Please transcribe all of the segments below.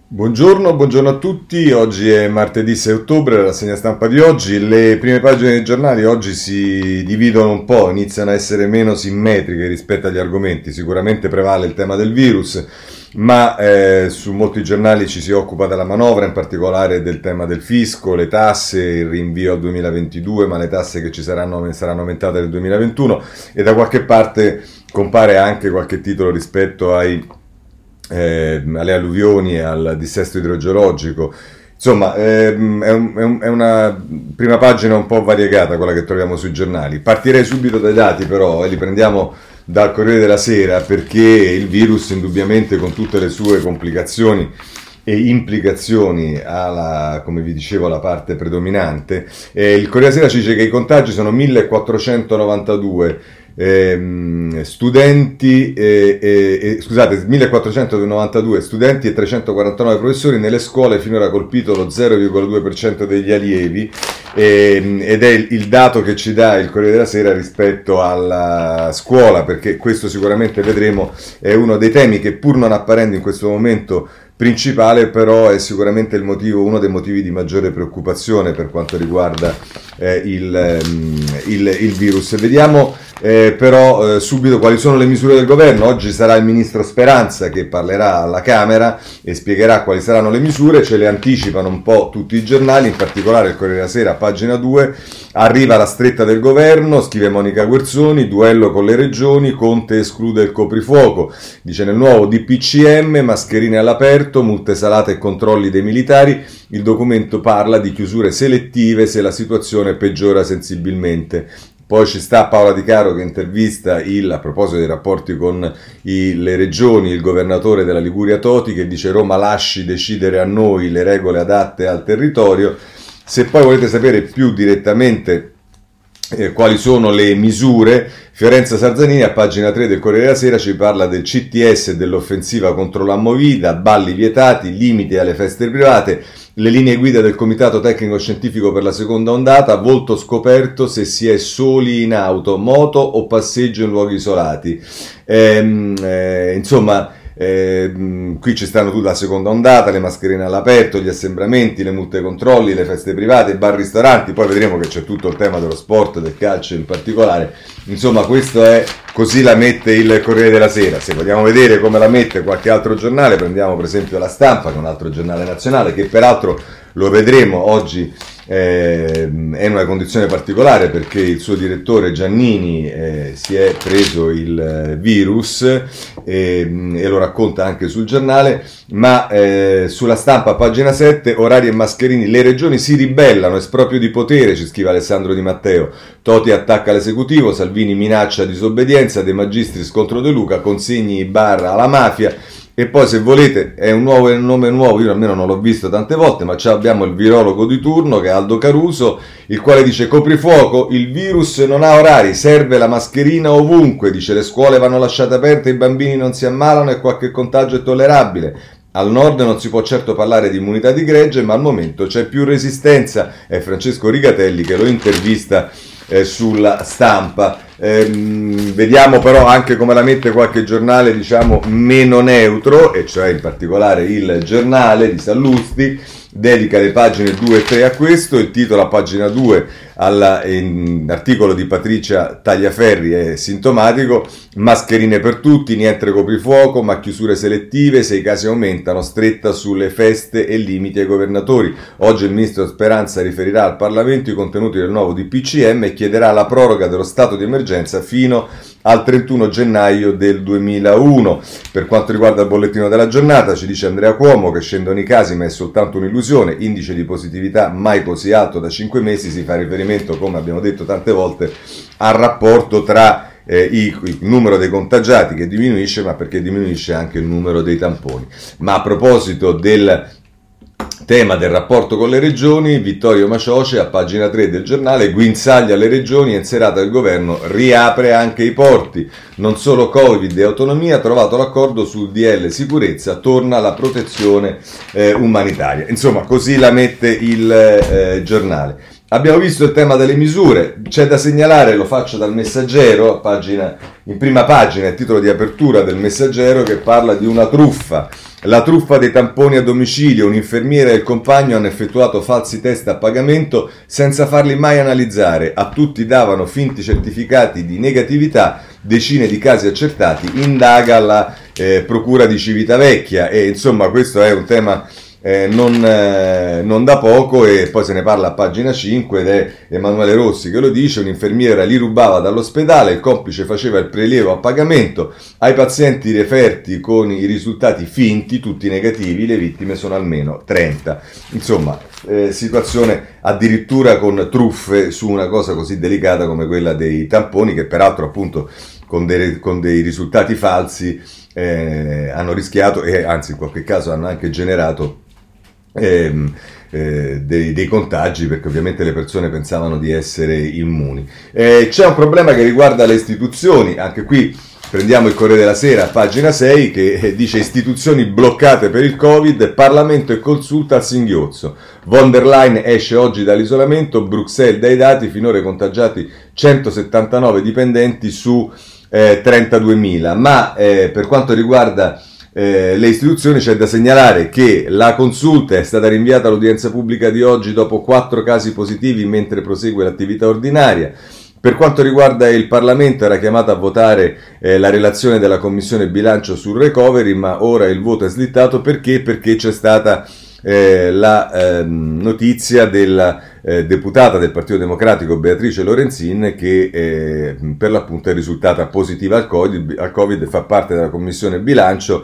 Buongiorno a tutti, oggi è martedì 6 ottobre, la rassegna stampa di oggi, le prime pagine dei giornali oggi si dividono un po', iniziano a essere meno simmetriche rispetto agli argomenti, sicuramente prevale il tema del virus, ma su molti giornali ci si occupa della manovra, in particolare del tema del fisco, le tasse, il rinvio al 2022, ma le tasse che saranno aumentate nel 2021 e da qualche parte compare anche qualche titolo rispetto alle alluvioni e al dissesto idrogeologico. Insomma, è una prima pagina un po' variegata quella che troviamo sui giornali. Partirei subito dai dati però e li prendiamo dal Corriere della Sera perché il virus indubbiamente con tutte le sue complicazioni e implicazioni come vi dicevo, alla parte predominante. Il Corriere della Sera ci dice che i contagi sono 1492. Scusate, 1492 studenti e 349 professori nelle scuole, finora colpito lo 0,2% degli allievi, ed è il dato che ci dà il Corriere della Sera rispetto alla scuola, perché questo sicuramente vedremo è uno dei temi che, pur non apparendo in questo momento principale, però è sicuramente uno dei motivi di maggiore preoccupazione per quanto riguarda il virus. Vediamo però subito quali sono le misure del governo. Oggi sarà il ministro Speranza che parlerà alla Camera e spiegherà quali saranno le misure, ce le anticipano un po' tutti i giornali, in particolare il Corriere della Sera, pagina 2, arriva la stretta del governo, scrive Monica Guerzoni, duello con le regioni, Conte esclude il coprifuoco, dice nel nuovo DPCM, mascherine all'aperto, multe salate e controlli dei militari, il documento parla di chiusure selettive se la situazione peggiora sensibilmente. Poi ci sta Paola Di Caro che intervista a proposito dei rapporti con le regioni, il governatore della Liguria Toti, che dice Roma lasci decidere a noi le regole adatte al territorio. Se poi volete sapere più direttamente quali sono le misure, Fiorenza Sarzanini a pagina 3 del Corriere della Sera ci parla del CTS e dell'offensiva contro la Movida, balli vietati, limiti alle feste private, le linee guida del Comitato Tecnico Scientifico per la seconda ondata, volto scoperto se si è soli in auto, moto o passeggio in luoghi isolati. Insomma, qui ci stanno tutta la seconda ondata, le mascherine all'aperto, gli assembramenti, le multe ai controlli, le feste private, bar, ristoranti, poi vedremo che c'è tutto il tema dello sport, del calcio in particolare. Insomma, questo è, così la mette il Corriere della Sera. Se vogliamo vedere come la mette qualche altro giornale, prendiamo per esempio La Stampa, che è un altro giornale nazionale, che peraltro lo vedremo oggi è in una condizione particolare perché il suo direttore Giannini si è preso il virus e lo racconta anche sul giornale, ma sulla Stampa pagina 7, orari e mascherini, le regioni si ribellano, esproprio di potere, ci scrive Alessandro Di Matteo, Toti attacca l'esecutivo, Salvini minaccia disobbedienza, De Magistris contro De Luca, consegni i bar alla mafia. E poi, se volete, è un nome nuovo, io almeno non l'ho visto tante volte, ma abbiamo il virologo di turno che è Aldo Caruso, il quale dice coprifuoco, il virus non ha orari, serve la mascherina ovunque, dice le scuole vanno lasciate aperte, i bambini non si ammalano e qualche contagio è tollerabile. Al nord non si può certo parlare di immunità di gregge, ma al momento c'è più resistenza. È Francesco Rigatelli che lo intervista sulla Stampa. Vediamo però anche come la mette qualche giornale, diciamo, meno neutro, e cioè in particolare il Giornale di Sallusti, dedica le pagine 2 e 3 a questo. Il titolo a pagina 2 all'articolo di Patricia Tagliaferri è sintomatico: mascherine per tutti, niente coprifuoco ma chiusure selettive, se i casi aumentano, stretta sulle feste e limiti ai governatori. Oggi il ministro Speranza riferirà al Parlamento i contenuti del nuovo DPCM e chiederà la proroga dello stato di emergenza fino al 31 gennaio del 2001. Per quanto riguarda il bollettino della giornata, ci dice Andrea Cuomo che scendono i casi ma è soltanto un'illusione, indice di positività mai così alto da 5 mesi, si fa riferimento, come abbiamo detto tante volte, al rapporto tra il numero dei contagiati che diminuisce, ma perché diminuisce anche il numero dei tamponi. Ma a proposito del tema del rapporto con le regioni, Vittorio Macioce a pagina 3 del giornale, guinzaglia alle regioni e in serata il governo riapre anche i porti, non solo Covid e autonomia, trovato l'accordo sul DL sicurezza, torna la protezione umanitaria. Insomma, così la mette il giornale. Abbiamo visto il tema delle misure, c'è da segnalare, lo faccio dal Messaggero, in prima pagina, il titolo di apertura del Messaggero che parla di una truffa La truffa dei tamponi a domicilio, un'infermiera e il compagno hanno effettuato falsi test a pagamento senza farli mai analizzare, a tutti davano finti certificati di negatività, decine di casi accertati, indaga la procura di Civitavecchia. E insomma questo è un tema non da poco, e poi se ne parla a pagina 5 ed è Emanuele Rossi che lo dice: un'infermiera li rubava dall'ospedale, il complice faceva il prelievo a pagamento, ai pazienti referti con i risultati finti, tutti negativi, le vittime sono almeno 30. Insomma, situazione addirittura con truffe su una cosa così delicata come quella dei tamponi, che peraltro appunto con dei risultati falsi hanno rischiato, e anzi in qualche caso hanno anche generato dei contagi, perché ovviamente le persone pensavano di essere immuni. C'è un problema che riguarda le istituzioni, anche qui prendiamo il Corriere della Sera, pagina 6, che dice: istituzioni bloccate per il Covid, Parlamento e consulta al singhiozzo. Von der Leyen esce oggi dall'isolamento, Bruxelles dai dati, finora contagiati 179 dipendenti su 32.000, ma per quanto riguarda le istituzioni c'è da segnalare che la consulta è stata rinviata all'udienza pubblica di oggi dopo 4 casi positivi mentre prosegue l'attività ordinaria. Per quanto riguarda il Parlamento, era chiamato a votare la relazione della Commissione Bilancio sul recovery, ma ora il voto è slittato perché c'è stata la notizia della deputata del Partito Democratico Beatrice Lorenzin, che per l'appunto è risultata positiva al Covid e fa parte della Commissione Bilancio,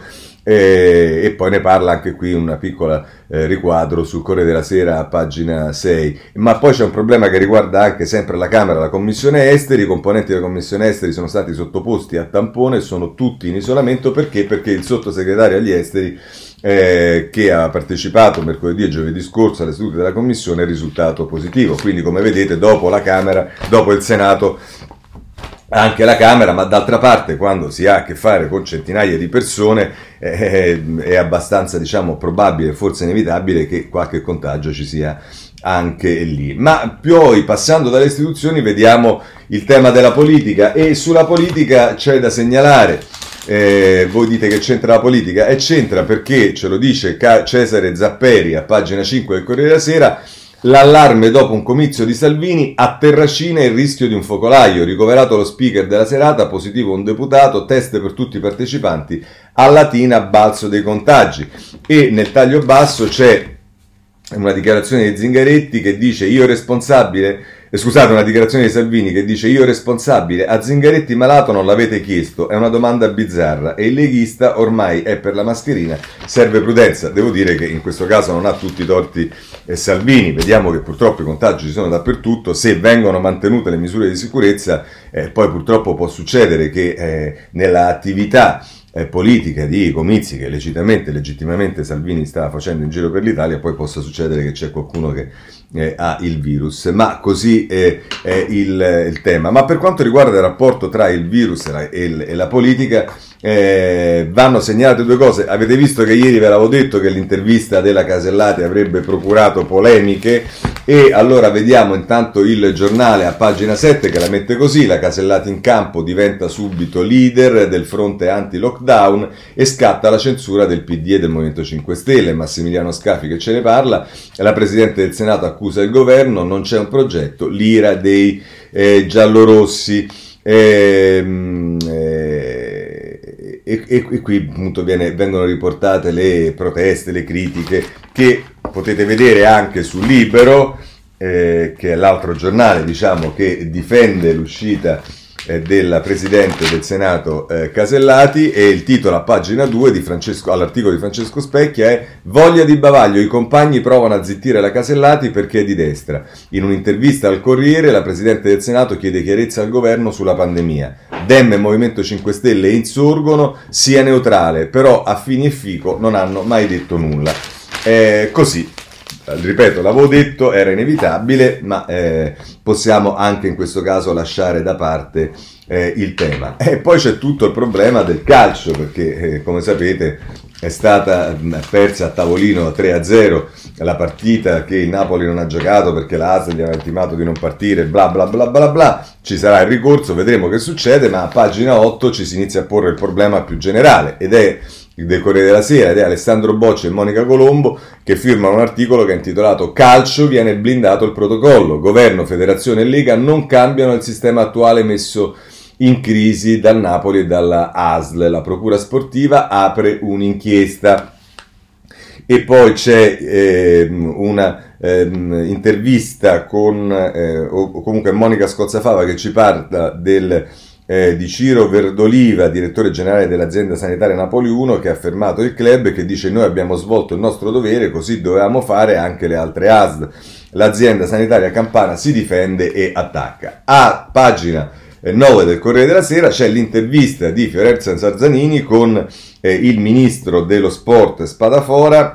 e poi ne parla anche qui una piccola riquadro sul Corriere della Sera a pagina 6. Ma poi c'è un problema che riguarda anche sempre la Camera, la Commissione Esteri. I componenti della Commissione Esteri sono stati sottoposti a tampone, sono tutti in isolamento perché il sottosegretario agli esteri che ha partecipato mercoledì e giovedì scorso alle sedute della Commissione è risultato positivo. Quindi, come vedete, dopo la Camera, dopo il Senato, anche la Camera, ma d'altra parte quando si ha a che fare con centinaia di persone è abbastanza, diciamo, probabile, forse inevitabile, che qualche contagio ci sia anche lì. Ma poi, passando dalle istituzioni, vediamo il tema della politica, e sulla politica c'è da segnalare, voi dite che c'entra la politica, e c'entra perché ce lo dice Cesare Zapperi a pagina 5 del Corriere della Sera. L'allarme dopo un comizio di Salvini, a Terracina il rischio di un focolaio, ricoverato lo speaker della serata, positivo un deputato, test per tutti i partecipanti, a Latina balzo dei contagi. E nel taglio basso c'è una dichiarazione di Zingaretti che dice una dichiarazione di Salvini che dice: io responsabile, a Zingaretti malato non l'avete chiesto, è una domanda bizzarra, e il leghista ormai è per la mascherina, serve prudenza. Devo dire che in questo caso non ha tutti i torti Salvini, vediamo che purtroppo i contagi ci sono dappertutto, se vengono mantenute le misure di sicurezza poi purtroppo può succedere che nella attività politica di comizi che legittimamente Salvini sta facendo in giro per l'Italia, poi possa succedere che c'è qualcuno che ha il virus. Ma così è il tema. Ma per quanto riguarda il rapporto tra il virus e la politica, vanno segnalate due cose. Avete visto che ieri ve l'avevo detto che l'intervista della Casellati avrebbe procurato polemiche, e allora vediamo intanto il Giornale a pagina 7 che la mette così: la Casellati in campo, diventa subito leader del fronte anti-lockdown e scatta la censura del PD e del Movimento 5 Stelle. Massimiliano Scafi che ce ne parla. La Presidente del Senato accusa il governo, non c'è un progetto, l'ira dei giallorossi. E qui appunto vengono riportate le proteste, le critiche che potete vedere anche su Libero, che è l'altro giornale, diciamo, che difende l'uscita della Presidente del Senato Casellati, e il titolo a pagina 2 all'articolo di Francesco Specchia è: voglia di bavaglio, i compagni provano a zittire la Casellati perché è di destra. In un'intervista al Corriere la Presidente del Senato chiede chiarezza al governo sulla pandemia. Dem e Movimento 5 Stelle insorgono, sia neutrale, però a Fini e Fico non hanno mai detto nulla. Così, ripeto, l'avevo detto, era inevitabile, ma possiamo anche in questo caso lasciare da parte il tema. E poi c'è tutto il problema del calcio, perché come sapete è stata persa a tavolino 3-0 la partita che il Napoli non ha giocato perché la ASL gli aveva intimato di non partire, bla bla bla bla bla. Ci sarà il ricorso, vedremo che succede, ma a pagina 8 ci si inizia a porre il problema più generale, ed è del Corriere della Sera, ed è Alessandro Bocci e Monica Colombo, che firmano un articolo che è intitolato "Calcio, viene blindato il protocollo, governo, federazione e Lega non cambiano il sistema attuale messo in crisi dal Napoli e dalla ASL, la procura sportiva apre un'inchiesta". E poi c'è una intervista con, o comunque Monica Scozzafava, che ci parla di Ciro Verdoliva, direttore generale dell'azienda sanitaria Napoli 1, che ha fermato il club e che dice: "Noi abbiamo svolto il nostro dovere, così dovevamo fare anche le altre ASL. L'azienda sanitaria campana si difende e attacca". A pagina 9 del Corriere della Sera c'è l'intervista di Fiorenza Zarzanini con il ministro dello sport Spadafora,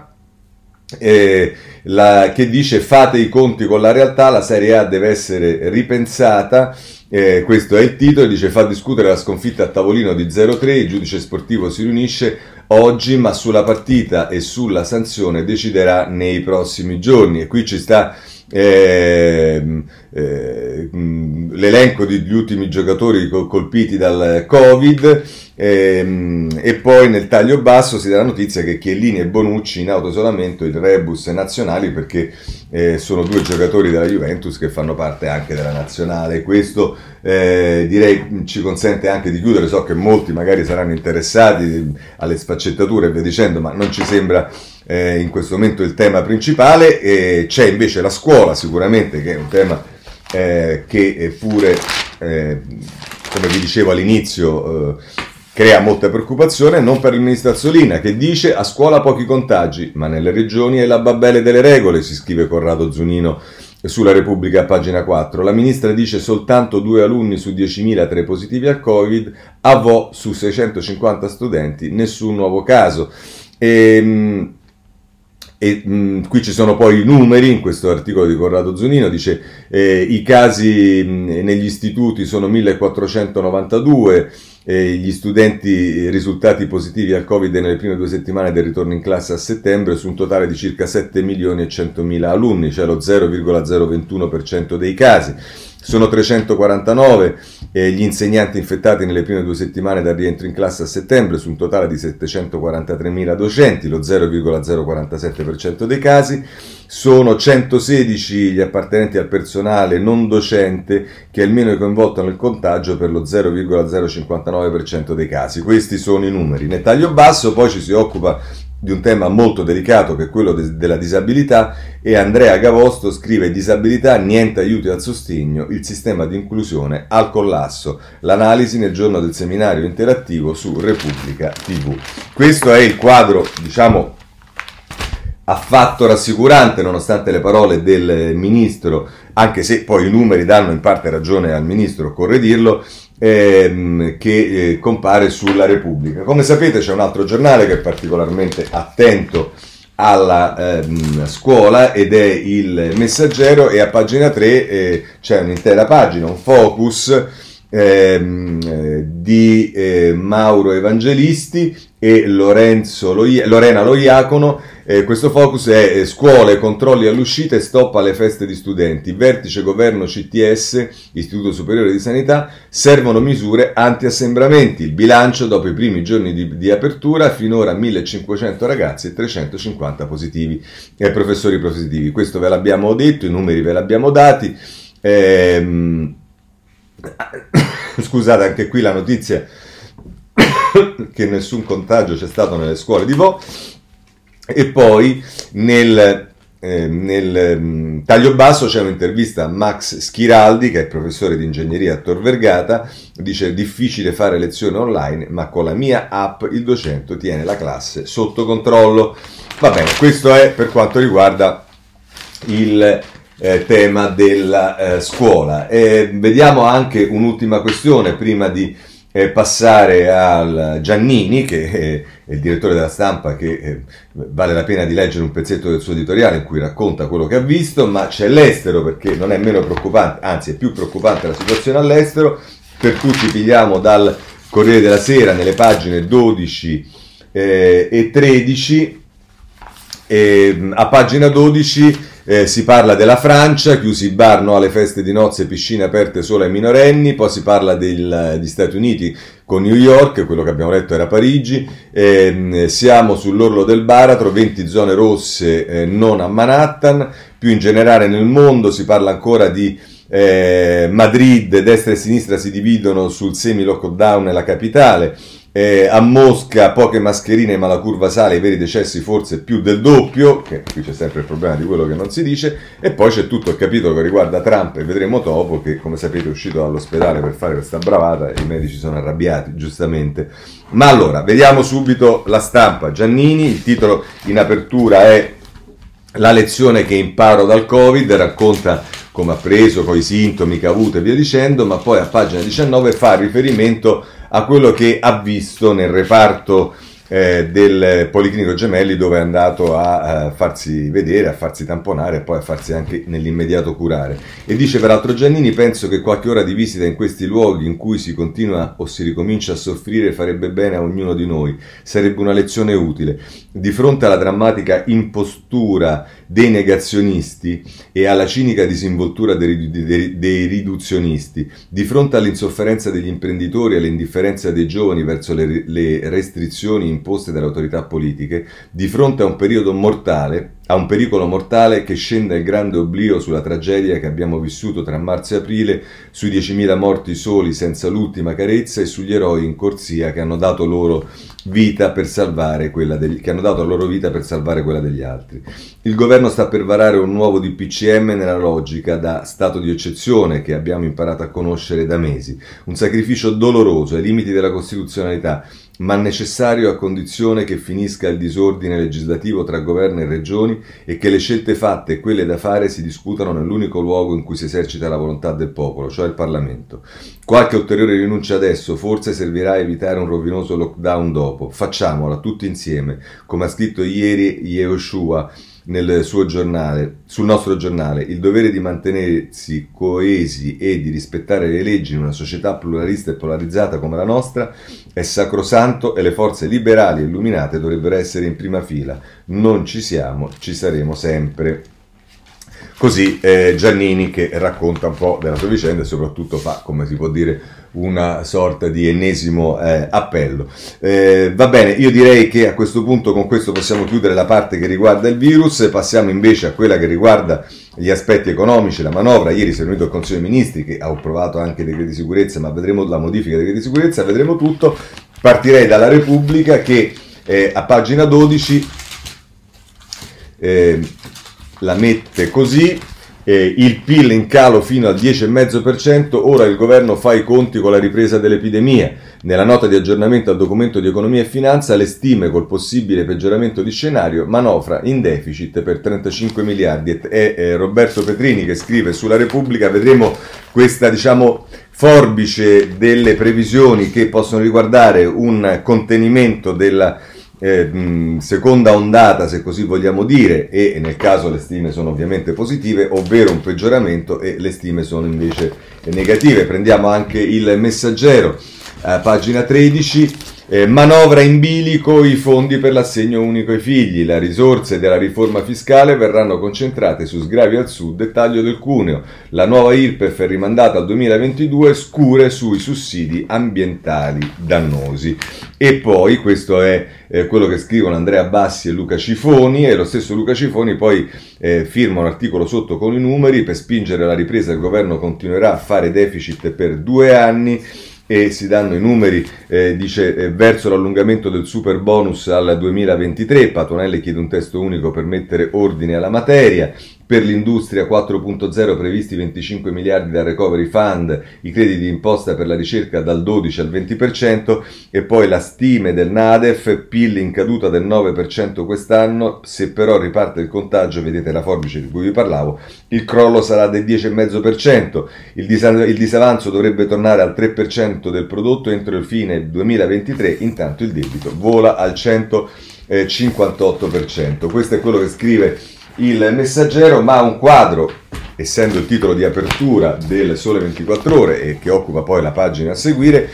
che dice: "Fate i conti con la realtà, la Serie A deve essere ripensata". Questo è il titolo. Dice: "Fa discutere la sconfitta a tavolino di 0-3, il giudice sportivo si riunisce oggi, ma sulla partita e sulla sanzione deciderà nei prossimi giorni". E qui ci sta l'elenco degli ultimi giocatori colpiti dal Covid, e poi nel taglio basso si dà la notizia che Chiellini e Bonucci in autoisolamento, il rebus nazionali, perché sono due giocatori della Juventus che fanno parte anche della nazionale. Questo direi ci consente anche di chiudere. So che molti magari saranno interessati alle sfaccettature e via dicendo, ma non ci sembra in questo momento il tema principale. C'è invece la scuola, sicuramente, che è un tema che pure, come vi dicevo all'inizio, crea molta preoccupazione, non per il ministro Azzolina, che dice: "A scuola pochi contagi, ma nelle regioni è la Babele delle regole", si scrive Corrado Zunino sulla Repubblica a pagina 4. La ministra dice: "Soltanto 2 alunni su 10.000 tra i positivi al Covid, a Vo su 650 studenti, nessun nuovo caso". Qui ci sono poi i numeri in questo articolo di Corrado Zunino. Dice: "I casi negli istituti sono 1492, gli studenti risultati positivi al Covid nelle prime 2 settimane del ritorno in classe a settembre, su un totale di circa 7.100.000 alunni, cioè lo 0,021% dei casi. Sono 349 gli insegnanti infettati nelle prime 2 settimane dal rientro in classe a settembre, su un totale di 743.000 docenti, lo 0,047% dei casi. Sono 116 gli appartenenti al personale non docente che è il meno coinvolto nel contagio, per lo 0,059% dei casi". Questi sono i numeri. Nel taglio basso poi ci si occupa di un tema molto delicato, che è quello della disabilità, e Andrea Gavosto scrive: "Disabilità, niente aiuti al sostegno, il sistema di inclusione al collasso". L'analisi nel giorno del seminario interattivo su Repubblica TV. Questo è il quadro, diciamo, affatto rassicurante, nonostante le parole del ministro, anche se poi i numeri danno in parte ragione al ministro, occorre dirlo, che compare sulla Repubblica. Come sapete, c'è un altro giornale che è particolarmente attento alla scuola, ed è il Messaggero, e a pagina 3 c'è un'intera pagina, un focus di Mauro Evangelisti e Lorena Loiacono. Questo focus è: "Scuole, controlli all'uscita e stop alle feste di studenti. Vertice governo CTS, Istituto Superiore di Sanità, servono misure anti-assembramenti. Il bilancio dopo i primi giorni di apertura, finora 1.500 ragazzi e 350 positivi e professori positivi". Questo ve l'abbiamo detto, i numeri ve l'abbiamo dati. Scusate, anche qui la notizia che nessun contagio c'è stato nelle scuole di Vo. E poi nel taglio basso c'è un'intervista a Max Schiraldi, che è professore di ingegneria a Tor Vergata. Dice: "Difficile fare lezioni online, ma con la mia app il docente tiene la classe sotto controllo". Va bene, questo è per quanto riguarda il tema della scuola. Vediamo anche un'ultima questione prima di passare al Giannini, che è il direttore della Stampa, che vale la pena di leggere un pezzetto del suo editoriale in cui racconta quello che ha visto. Ma c'è l'estero, perché non è meno preoccupante, anzi è più preoccupante la situazione all'estero. Per tutti pigliamo dal Corriere della Sera nelle pagine 12 e 13. A pagina 12 Si parla della Francia, chiusi i bar, no alle feste di nozze, piscine aperte solo ai minorenni. Poi si parla degli Stati Uniti con New York, quello che abbiamo letto era Parigi. Siamo sull'orlo del baratro, 20 zone rosse, non a Manhattan. Più in generale nel mondo si parla ancora di Madrid, destra e sinistra si dividono sul semi-lockdown nella capitale. A Mosca poche mascherine ma la curva sale, i veri decessi forse più del doppio, che qui c'è sempre il problema di quello che non si dice. E poi c'è tutto il capitolo che riguarda Trump, e vedremo dopo, che come sapete è uscito dall'ospedale per fare questa bravata e i medici sono arrabbiati, giustamente. Ma allora, vediamo subito La Stampa. Giannini, il titolo in apertura è "La lezione che imparo dal Covid", racconta come ha preso, con i sintomi che ha avuto e via dicendo, ma poi a pagina 19 fa riferimento a quello che ha visto nel reparto del Policlinico Gemelli, dove è andato a farsi vedere, a farsi tamponare e poi a farsi anche nell'immediato curare. E dice peraltro Giannini: "Penso che qualche ora di visita in questi luoghi in cui si continua o si ricomincia a soffrire farebbe bene a ognuno di noi, sarebbe una lezione utile. Di fronte alla drammatica impostura dei negazionisti e alla cinica disinvoltura dei riduzionisti, di fronte all'insofferenza degli imprenditori e all'indifferenza dei giovani verso le restrizioni imposte dalle autorità politiche, di fronte a un pericolo mortale che scende il grande oblio sulla tragedia che abbiamo vissuto tra marzo e aprile, sui 10.000 morti soli senza l'ultima carezza e sugli eroi in corsia che hanno dato loro vita per salvare quella degli altri. Il governo sta per varare un nuovo DPCM nella logica da stato di eccezione che abbiamo imparato a conoscere da mesi, un sacrificio doloroso ai limiti della costituzionalità, ma necessario a condizione che finisca il disordine legislativo tra governo e regioni e che le scelte fatte e quelle da fare si discutano nell'unico luogo in cui si esercita la volontà del popolo, cioè il Parlamento. Qualche ulteriore rinuncia adesso forse servirà a evitare un rovinoso lockdown dopo. Facciamola tutti insieme, come ha scritto ieri Yehoshua sul nostro giornale. Il dovere di mantenersi coesi e di rispettare le leggi in una società pluralista e polarizzata come la nostra è sacrosanto e le forze liberali e illuminate dovrebbero essere in prima fila. Non ci siamo, ci saremo sempre. Così Giannini, che racconta un po' della sua vicenda e soprattutto fa, come si può dire, una sorta di ennesimo appello. Va bene, io direi che a questo punto con questo possiamo chiudere la parte che riguarda il virus, passiamo invece a quella che riguarda gli aspetti economici, la manovra. Ieri si è riunito il Consiglio dei Ministri che ha approvato anche i decreti di sicurezza, ma vedremo la modifica dei decreti di sicurezza, vedremo tutto. Partirei dalla Repubblica che a pagina 12 la mette così: il PIL in calo fino al 10,5%, ora il governo fa i conti con la ripresa dell'epidemia. Nella nota di aggiornamento al documento di economia e finanza le stime col possibile peggioramento di scenario, manovra in deficit per 35 miliardi. È Roberto Petrini che scrive sulla Repubblica. Vedremo questa, forbice delle previsioni che possono riguardare un contenimento della seconda ondata, se così vogliamo dire, e nel caso le stime sono ovviamente positive, ovvero un peggioramento, e le stime sono invece negative. Prendiamo anche il Messaggero, pagina 13, manovra in bilico, i fondi per l'assegno unico ai figli, le risorse della riforma fiscale verranno concentrate su sgravi al sud e taglio del cuneo, la nuova IRPEF è rimandata al 2022, scure sui sussidi ambientali dannosi. E poi questo è quello che scrivono Andrea Bassi e Luca Cifoni, e lo stesso Luca Cifoni poi firma un articolo sotto con i numeri: per spingere la ripresa il governo continuerà a fare deficit per 2 anni. E si danno i numeri, dice verso l'allungamento del super bonus al 2023, Patuanelli chiede un testo unico per mettere ordine alla materia. Per l'industria 4.0 previsti 25 miliardi dal Recovery Fund, i crediti di imposta per la ricerca dal 12 al 20%, e poi la stime del NADEF, PIL in caduta del 9% quest'anno, se però riparte il contagio, vedete la forbice di cui vi parlavo, il crollo sarà del 10,5%, il disavanzo dovrebbe tornare al 3% del prodotto entro il fine 2023, intanto il debito vola al 158%. Questo è quello che scrive il Messaggero, ma un quadro, essendo il titolo di apertura del Sole 24 Ore e che occupa poi la pagina a seguire,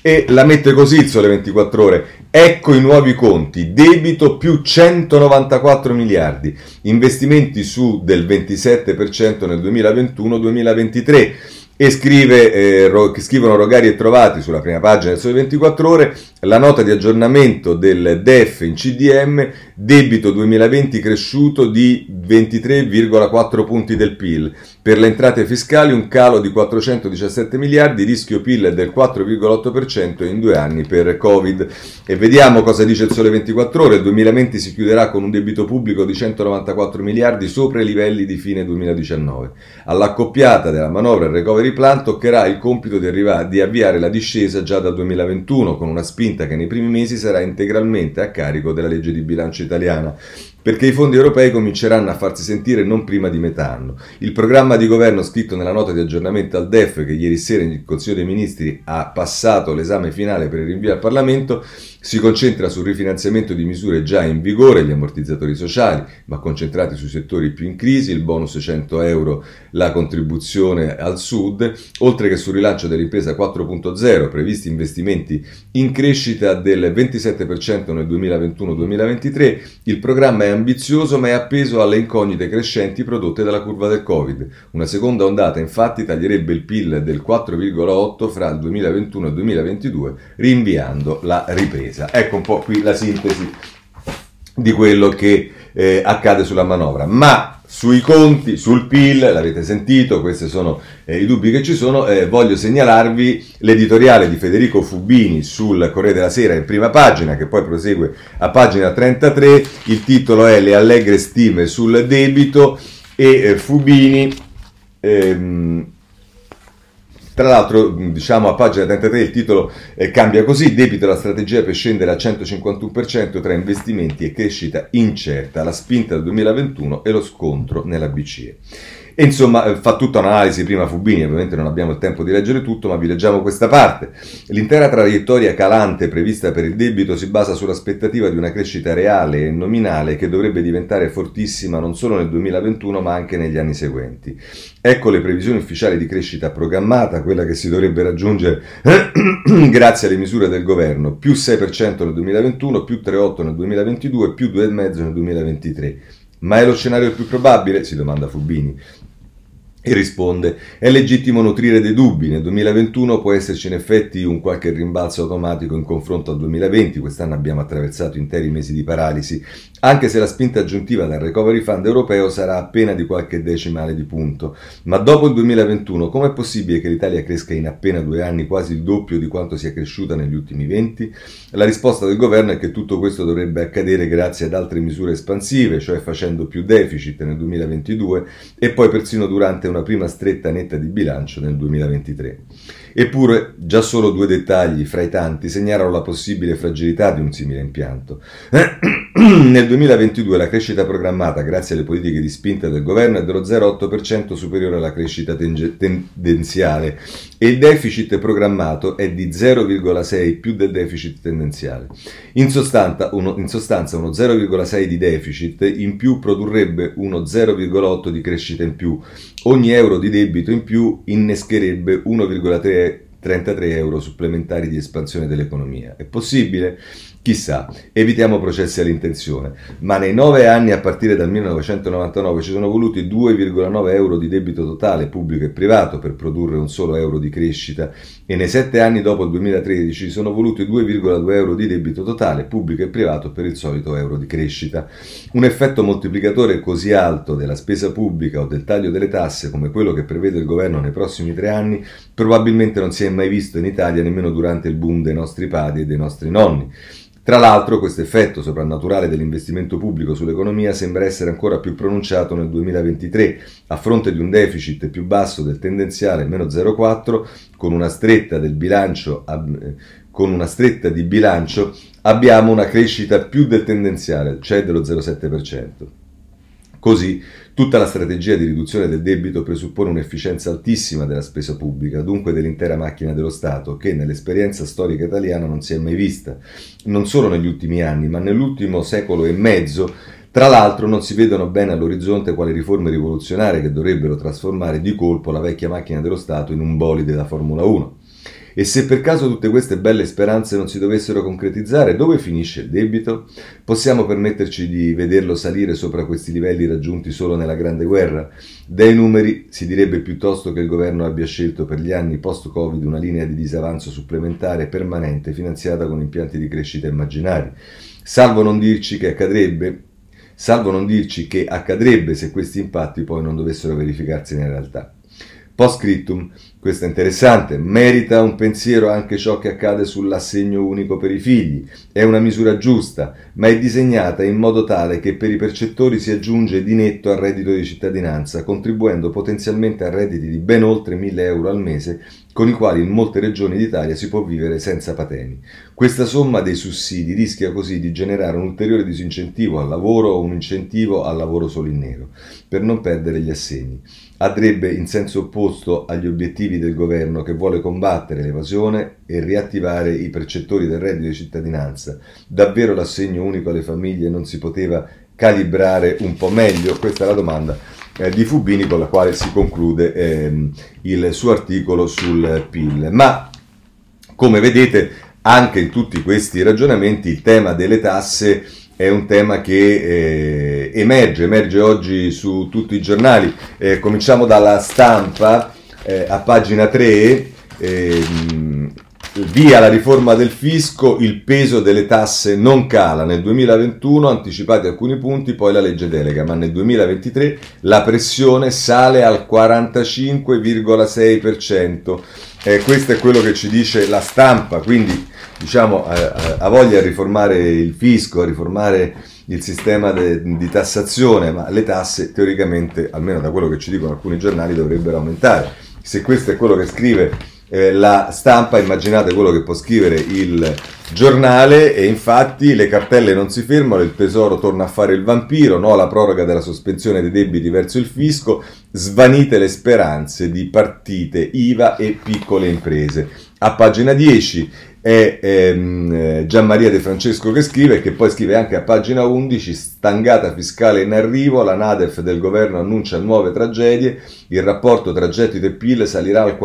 e la mette così il Sole 24 Ore. Ecco i nuovi conti, debito più 194 miliardi, investimenti su del 27% nel 2021-2023. E scrivono Rogari e Trovati sulla prima pagina del Sole 24 Ore la nota di aggiornamento del DEF in CDM, debito 2020 cresciuto di 23,4 punti del PIL, per le entrate fiscali un calo di 417 miliardi, rischio PIL del 4,8% in 2 anni per Covid. E vediamo cosa dice il Sole 24 Ore, il 2020 si chiuderà con un debito pubblico di 194 miliardi sopra i livelli di fine 2019. All'accoppiata della manovra recovery plan toccherà il compito di avviare la discesa già dal 2021, con una spinta che nei primi mesi sarà integralmente a carico della legge di bilancio italiana, perché i fondi europei cominceranno a farsi sentire non prima di metà anno. Il programma di governo scritto nella nota di aggiornamento al DEF, che ieri sera il Consiglio dei Ministri ha passato l'esame finale per il rinvio al Parlamento, si concentra sul rifinanziamento di misure già in vigore, gli ammortizzatori sociali, ma concentrati sui settori più in crisi, il bonus 100 euro, la contribuzione al Sud, oltre che sul rilancio dell'impresa 4.0, previsti investimenti in crescita del 27% nel 2021-2023. Il programma è ambizioso ma è appeso alle incognite crescenti prodotte dalla curva del Covid. Una seconda ondata infatti taglierebbe il PIL del 4,8 fra il 2021 e il 2022, rinviando la ripresa. Ecco un po' qui la sintesi di quello che accade sulla manovra. Ma sui conti, sul PIL, l'avete sentito, questi sono i dubbi che ci sono, voglio segnalarvi l'editoriale di Federico Fubini sul Corriere della Sera in prima pagina, che poi prosegue a pagina 33, il titolo è Le allegre stime sul debito e Fubini... Tra l'altro, diciamo a pagina 33 il titolo cambia così: debito la strategia per scendere al 151% tra investimenti e crescita incerta, la spinta del 2021 e lo scontro nella BCE. E insomma fa tutta un'analisi prima Fubini, ovviamente non abbiamo il tempo di leggere tutto, ma vi leggiamo questa parte. L'intera traiettoria calante prevista per il debito si basa sull'aspettativa di una crescita reale e nominale che dovrebbe diventare fortissima non solo nel 2021 ma anche negli anni seguenti. Ecco le previsioni ufficiali di crescita programmata, quella che si dovrebbe raggiungere grazie alle misure del governo: più 6% nel 2021, più 3,8% nel 2022, più 2,5% nel 2023. Ma è lo scenario più probabile? Si domanda Fubini. E risponde: è legittimo nutrire dei dubbi, nel 2021 può esserci in effetti un qualche rimbalzo automatico in confronto al 2020, quest'anno abbiamo attraversato interi mesi di paralisi, anche se la spinta aggiuntiva dal Recovery Fund europeo sarà appena di qualche decimale di punto. Ma dopo il 2021 com'è possibile che l'Italia cresca in appena 2 anni quasi il doppio di quanto sia cresciuta negli ultimi 20? La risposta del governo è che tutto questo dovrebbe accadere grazie ad altre misure espansive, cioè facendo più deficit nel 2022 e poi persino durante una prima stretta netta di bilancio nel 2023. Eppure, già solo 2 dettagli fra i tanti segnalano la possibile fragilità di un simile impianto. Nel 2022 la crescita programmata, grazie alle politiche di spinta del governo, è dello 0,8% superiore alla crescita tendenziale e il deficit programmato è di 0,6 più del deficit tendenziale. In sostanza uno 0,6 di deficit in più produrrebbe uno 0,8 di crescita in più. Ogni euro di debito in più innescherebbe 1,33 euro supplementari di espansione dell'economia. È possibile? Chissà, evitiamo processi all'intenzione, ma nei 9 anni a partire dal 1999 ci sono voluti 2,9 euro di debito totale pubblico e privato per produrre un solo euro di crescita e nei 7 anni dopo il 2013 ci sono voluti 2,2 euro di debito totale pubblico e privato per il solito euro di crescita. Un effetto moltiplicatore così alto della spesa pubblica o del taglio delle tasse come quello che prevede il governo nei prossimi 3 anni probabilmente non si è mai visto in Italia nemmeno durante il boom dei nostri padri e dei nostri nonni. Tra l'altro, questo effetto soprannaturale dell'investimento pubblico sull'economia sembra essere ancora più pronunciato nel 2023, a fronte di un deficit più basso del tendenziale, meno 0,4, con una stretta di bilancio, abbiamo una crescita più del tendenziale, cioè dello 0,7%. Così, tutta la strategia di riduzione del debito presuppone un'efficienza altissima della spesa pubblica, dunque dell'intera macchina dello Stato, che nell'esperienza storica italiana non si è mai vista, non solo negli ultimi anni, ma nell'ultimo secolo e mezzo. Tra l'altro non si vedono bene all'orizzonte quali riforme rivoluzionarie che dovrebbero trasformare di colpo la vecchia macchina dello Stato in un bolide da Formula 1. E se per caso tutte queste belle speranze non si dovessero concretizzare, dove finisce il debito? Possiamo permetterci di vederlo salire sopra questi livelli raggiunti solo nella Grande Guerra? Dai numeri si direbbe piuttosto che il governo abbia scelto per gli anni post-Covid una linea di disavanzo supplementare permanente finanziata con impianti di crescita immaginari, salvo non dirci che accadrebbe se questi impatti poi non dovessero verificarsi nella realtà. Post scriptum, questo è interessante, merita un pensiero anche ciò che accade sull'assegno unico per i figli. È una misura giusta, ma è disegnata in modo tale che per i percettori si aggiunge di netto al reddito di cittadinanza, contribuendo potenzialmente a redditi di ben oltre 1.000 euro al mese, con i quali in molte regioni d'Italia si può vivere senza patemi. Questa somma dei sussidi rischia così di generare un ulteriore disincentivo al lavoro o un incentivo al lavoro solo in nero, per non perdere gli assegni. Andrebbe in senso opposto agli obiettivi del governo che vuole combattere l'evasione e riattivare i percettori del reddito di cittadinanza. Davvero l'assegno unico alle famiglie non si poteva calibrare un po' meglio? Questa è la domanda di Fubini, con la quale si conclude il suo articolo sul PIL. Ma come vedete, anche in tutti questi ragionamenti il tema delle tasse è un tema che emerge oggi su tutti i giornali. Cominciamo dalla Stampa, a pagina 3, via la riforma del fisco, il peso delle tasse non cala. Nel 2021 anticipati alcuni punti, poi la legge delega, ma nel 2023 la pressione sale al 45,6%. Questo è quello che ci dice la Stampa, quindi diciamo ha voglia di riformare il fisco, a riformare il sistema di tassazione, ma le tasse teoricamente, almeno da quello che ci dicono alcuni giornali, dovrebbero aumentare. Se questo è quello che scrive la Stampa, immaginate quello che può scrivere il Giornale. E infatti le cartelle non si fermano, il Tesoro torna a fare il vampiro, no alla proroga della sospensione dei debiti verso il fisco, svanite le speranze di partite IVA e piccole imprese. A pagina 10 è Gianmaria De Francesco che scrive, che poi scrive anche a pagina 11: stangata fiscale in arrivo, la NADEF del governo annuncia nuove tragedie, il rapporto tra gettito e PIL salirà al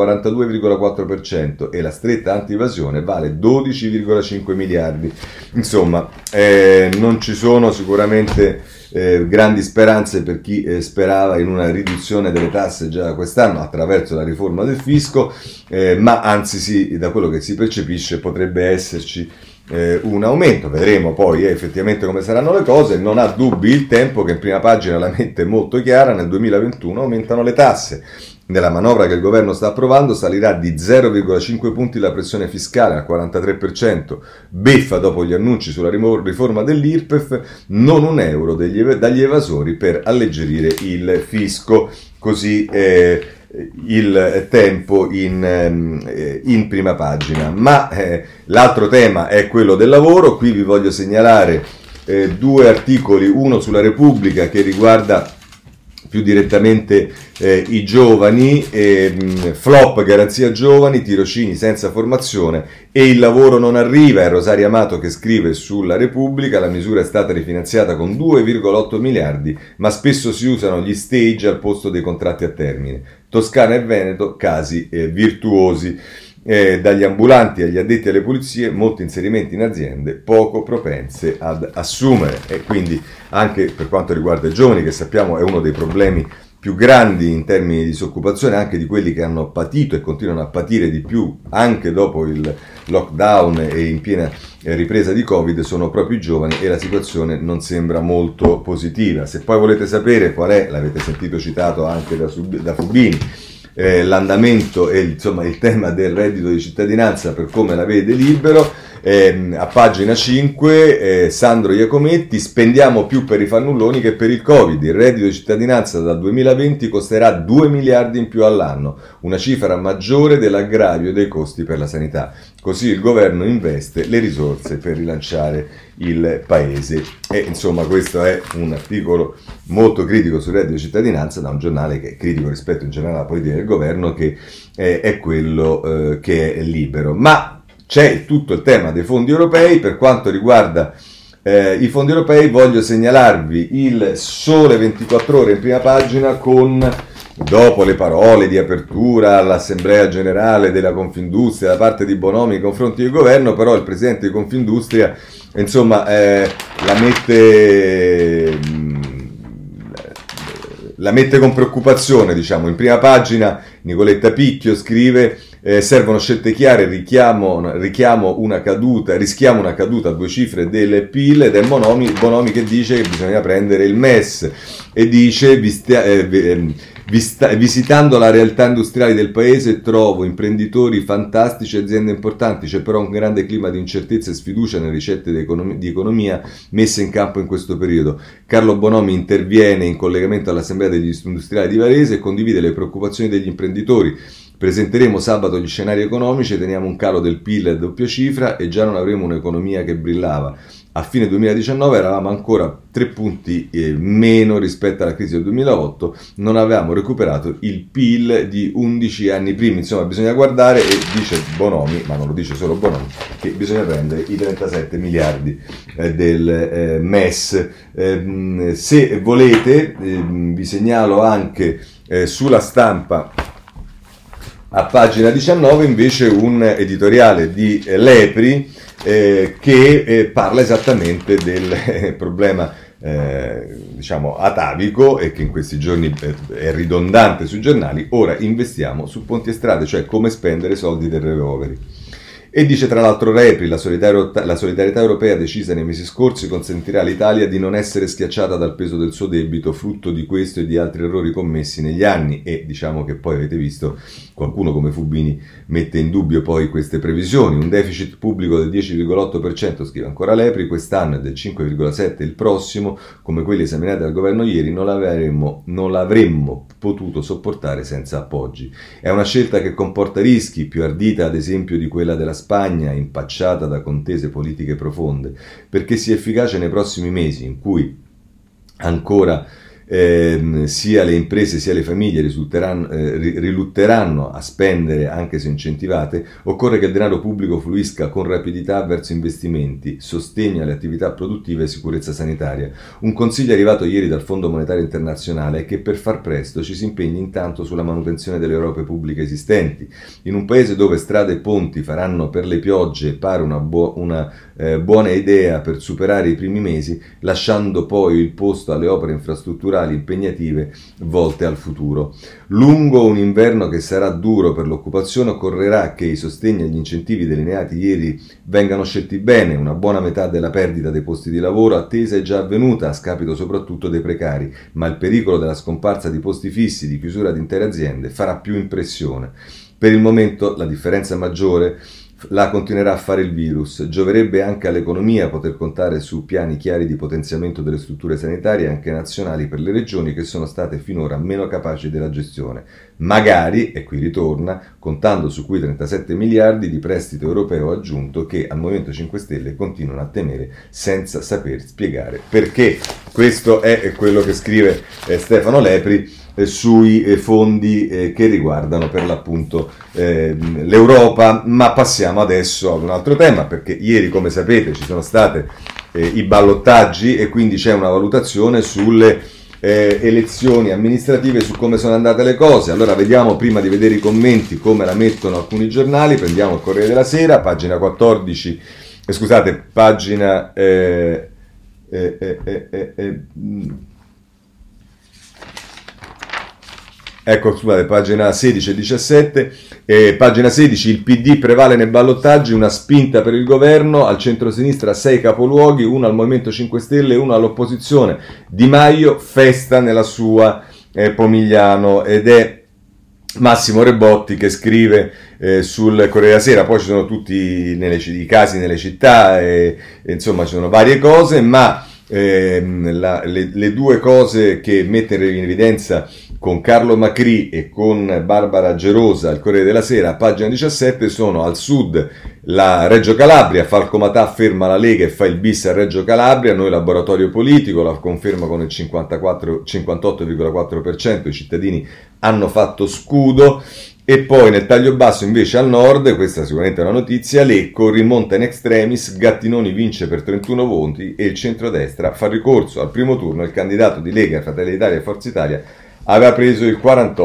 42,4% e la stretta anti-evasione vale 12,5 miliardi. Insomma, non ci sono sicuramente grandi speranze per chi sperava in una riduzione delle tasse già quest'anno attraverso la riforma del fisco, ma anzi sì, da quello che si percepisce potrebbe esserci un aumento. Vedremo poi effettivamente come saranno le cose. Non ha dubbi il Tempo, che in prima pagina la mette molto chiara: nel 2021 aumentano le tasse. Nella manovra che il governo sta approvando salirà di 0,5 punti la pressione fiscale al 43%, beffa dopo gli annunci sulla riforma dell'IRPEF, non un euro dagli evasori per alleggerire il fisco. Così il Tempo in prima pagina. Ma l'altro tema è quello del lavoro. Qui vi voglio segnalare due articoli, uno sulla Repubblica che riguarda più direttamente i giovani, flop garanzia giovani, tirocini senza formazione e il lavoro non arriva. È Rosaria Amato che scrive sulla Repubblica: la misura è stata rifinanziata con 2,8 miliardi, ma spesso si usano gli stage al posto dei contratti a termine. Toscana e Veneto, casi virtuosi. Dagli ambulanti agli addetti alle pulizie, molti inserimenti in aziende poco propense ad assumere. E quindi anche per quanto riguarda i giovani, che sappiamo è uno dei problemi più grandi in termini di disoccupazione, anche di quelli che hanno patito e continuano a patire di più anche dopo il lockdown e in piena ripresa di Covid, sono proprio i giovani, e la situazione non sembra molto positiva. Se poi volete sapere qual è, l'avete sentito citato anche da Fubini, l'andamento e insomma il tema del reddito di cittadinanza per come la vede Libero, a pagina 5 Sandro Iacometti: spendiamo più per i fannulloni che per il Covid, il reddito di cittadinanza dal 2020 costerà 2 miliardi in più all'anno, una cifra maggiore dell'aggravio dei costi per la sanità, così il governo investe le risorse per rilanciare il paese. E insomma questo è un articolo molto critico sul reddito di cittadinanza da un giornale che è critico rispetto in generale alla politica del governo, che è quello che è Libero. Ma c'è tutto il tema dei fondi europei. Per quanto riguarda i fondi europei, voglio segnalarvi il Sole 24 Ore in prima pagina con dopo le parole di apertura all'Assemblea Generale della Confindustria da parte di Bonomi nei confronti del governo, però il presidente di Confindustria, insomma, la mette con preoccupazione, diciamo. In prima pagina Nicoletta Picchio scrive: servono scelte chiare, rischiamo una caduta a 2 cifre del PIL, ed è Bonomi che dice che bisogna prendere il MES, e dice: visitando la realtà industriale del paese trovo imprenditori fantastici, aziende importanti, c'è però un grande clima di incertezza e sfiducia nelle ricette di economia messe in campo in questo periodo. Carlo Bonomi interviene in collegamento all'Assemblea degli Industriali di Varese e condivide le preoccupazioni degli imprenditori. Presenteremo sabato gli scenari economici, teniamo un calo del PIL a doppia cifra e già non avremo un'economia che brillava. A fine 2019 eravamo ancora 3 punti meno rispetto alla crisi del 2008, non avevamo recuperato il PIL di 11 anni prima. Insomma, bisogna guardare, e dice Bonomi, ma non lo dice solo Bonomi, che bisogna prendere i 37 miliardi del MES. Se volete, vi segnalo anche sulla Stampa, a pagina 19, invece, un editoriale di Lepri che parla esattamente del problema diciamo atavico, e che in questi giorni è ridondante sui giornali. Ora investiamo su ponti e strade, cioè come spendere soldi del recovery. E dice tra l'altro Repri: la solidarietà europea decisa nei mesi scorsi consentirà all'Italia di non essere schiacciata dal peso del suo debito, frutto di questo e di altri errori commessi negli anni. E diciamo che poi avete visto, qualcuno come Fubini mette in dubbio poi queste previsioni. Un deficit pubblico del 10,8%, scrive ancora Lepri, quest'anno, e del 5,7% il prossimo, come quelli esaminati dal governo ieri, non l'avremmo potuto sopportare senza appoggi. È una scelta che comporta rischi, più ardita ad esempio di quella della Spagna, impacciata da contese politiche profonde, perché sia efficace nei prossimi mesi, in cui ancora sia le imprese sia le famiglie rilutteranno a spendere anche se incentivate, occorre che il denaro pubblico fluisca con rapidità verso investimenti, sostegno alle attività produttive e sicurezza sanitaria. Un consiglio arrivato ieri dal Fondo Monetario Internazionale è che per far presto ci si impegni intanto sulla manutenzione delle opere pubbliche esistenti. In un paese dove strade e ponti faranno per le piogge pare una buona idea per superare i primi mesi, lasciando poi il posto alle opere infrastrutturali impegnative volte al futuro. Lungo un inverno che sarà duro per l'occupazione, occorrerà che i sostegni e gli incentivi delineati ieri vengano scelti bene. Una buona metà della perdita dei posti di lavoro attesa è già avvenuta, a scapito soprattutto dei precari, ma il pericolo della scomparsa di posti fissi, di chiusura di intere aziende, farà più impressione. Per il momento la differenza maggiore la continuerà a fare il virus. Gioverebbe anche all'economia poter contare su piani chiari di potenziamento delle strutture sanitarie anche nazionali per le regioni che sono state finora meno capaci della gestione. Magari, e qui ritorna, contando su quei 37 miliardi di prestito europeo aggiunto che al Movimento 5 Stelle continuano a temere senza saper spiegare perché. Questo è quello che scrive Stefano Lepri sui fondi che riguardano per l'appunto l'Europa. Ma passiamo adesso ad un altro tema, perché ieri, come sapete, ci sono state i ballottaggi e quindi c'è una valutazione sulle elezioni amministrative, su come sono andate le cose. Allora vediamo, prima di vedere i commenti, come la mettono alcuni giornali. Prendiamo il Corriere della Sera, pagina 14, pagina ecco, scusate, pagina 16 e 17, pagina 16, il PD prevale nei ballottaggi, una spinta per il governo, al centro-sinistra 6 capoluoghi, uno al Movimento 5 Stelle e uno all'opposizione. Di Maio festa nella sua Pomigliano, ed è Massimo Rebotti che scrive sul Corriere della Sera. Poi ci sono tutti i casi nelle città, insomma ci sono varie cose, ma le due cose che mette in evidenza con Carlo Macri e con Barbara Gerosa al Corriere della Sera, a pagina 17, sono: al sud la Reggio Calabria, Falco Matà ferma la Lega e fa il bis a Reggio Calabria, noi laboratorio politico, la conferma con il 58,4%, i cittadini hanno fatto scudo. E poi nel taglio basso invece al nord, questa sicuramente è una notizia, Lecco rimonta in extremis, Gattinoni vince per 31 voti e il centrodestra fa ricorso al primo turno. Il candidato di Lega, Fratelli d'Italia e Forza Italia aveva preso il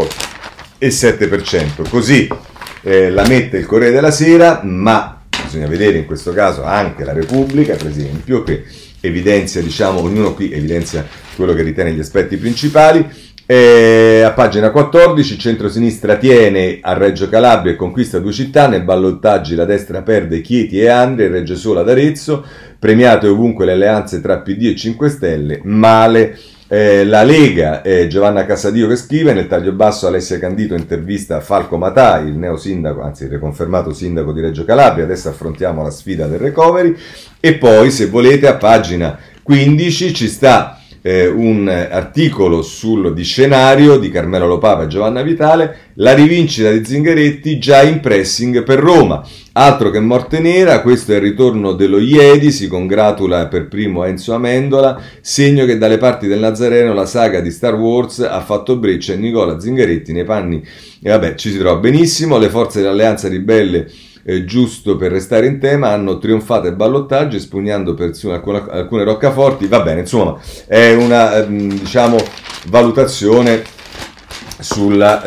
48,7%. Così la mette il Corriere della Sera, ma bisogna vedere in questo caso anche la Repubblica, per esempio, che evidenzia, diciamo, ognuno qui evidenzia quello che ritiene gli aspetti principali. A pagina 14 il centro-sinistra tiene a Reggio Calabria e conquista 2 città, nei ballottaggi la destra perde Chieti e Andria e regge solo ad Arezzo, premiate ovunque le alleanze tra PD e 5 Stelle, male la Lega, Giovanna Casadio che scrive, nel taglio basso Alessia Candito intervista Falco Matà, il neo sindaco, anzi il riconfermato sindaco di Reggio Calabria, adesso affrontiamo la sfida del recovery, e poi se volete a pagina 15 ci sta un articolo di scenario di Carmelo Lopapa e Giovanna Vitale, la rivincita di Zingaretti già in pressing per Roma, altro che morte nera, questo è il ritorno dello Iedi, si congratula per primo Enzo Amendola, segno che dalle parti del Nazareno la saga di Star Wars ha fatto breccia e Nicola Zingaretti nei panni, e vabbè, ci si trova benissimo, le forze dell'Alleanza Ribelle giusto per restare in tema, hanno trionfato ai ballottaggi espugnando persino alcune roccaforti, va bene, insomma è una diciamo valutazione sulla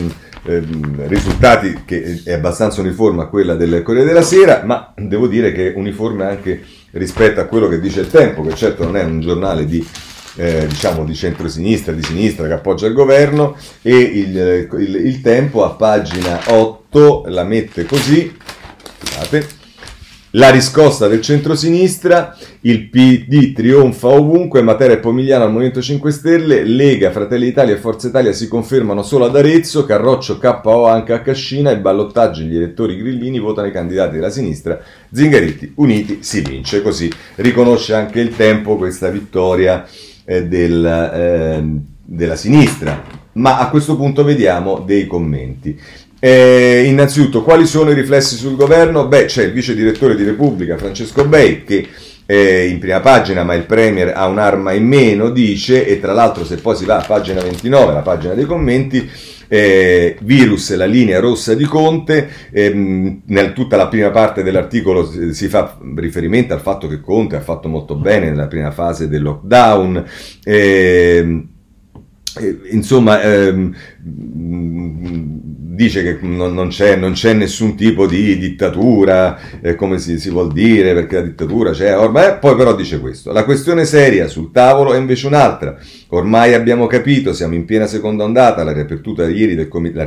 risultati che è abbastanza uniforme a quella del Corriere della Sera, ma devo dire che è uniforme anche rispetto a quello che dice Il Tempo, che certo non è un giornale di diciamo di centrosinistra, di sinistra che appoggia il governo, e il Tempo a pagina 8 la mette così, scusate, la riscossa del centrosinistra, il PD trionfa ovunque, Matera e Pomigliano al Movimento 5 Stelle, Lega, Fratelli d'Italia e Forza Italia si confermano solo ad Arezzo, Carroccio KO anche a Cascina, i ballottaggi gli elettori grillini votano i candidati della sinistra, Zingaretti uniti si vince, così riconosce anche Il Tempo questa vittoria della sinistra. Ma a questo punto vediamo dei commenti. Innanzitutto, quali sono i riflessi sul governo? Beh, c'è il vice direttore di Repubblica Francesco Bei che in prima pagina, ma il Premier ha un'arma in meno, dice, e tra l'altro se poi si va a pagina 29, la pagina dei commenti, virus la linea rossa di Conte, tutta la prima parte dell'articolo si fa riferimento al fatto che Conte ha fatto molto bene nella prima fase del lockdown, insomma dice che non c'è nessun tipo di dittatura, come si vuol dire, perché la dittatura c'è ormai. Poi però dice questo: la questione seria sul tavolo è invece un'altra. Ormai abbiamo capito, siamo in piena seconda ondata, la riapertura ieri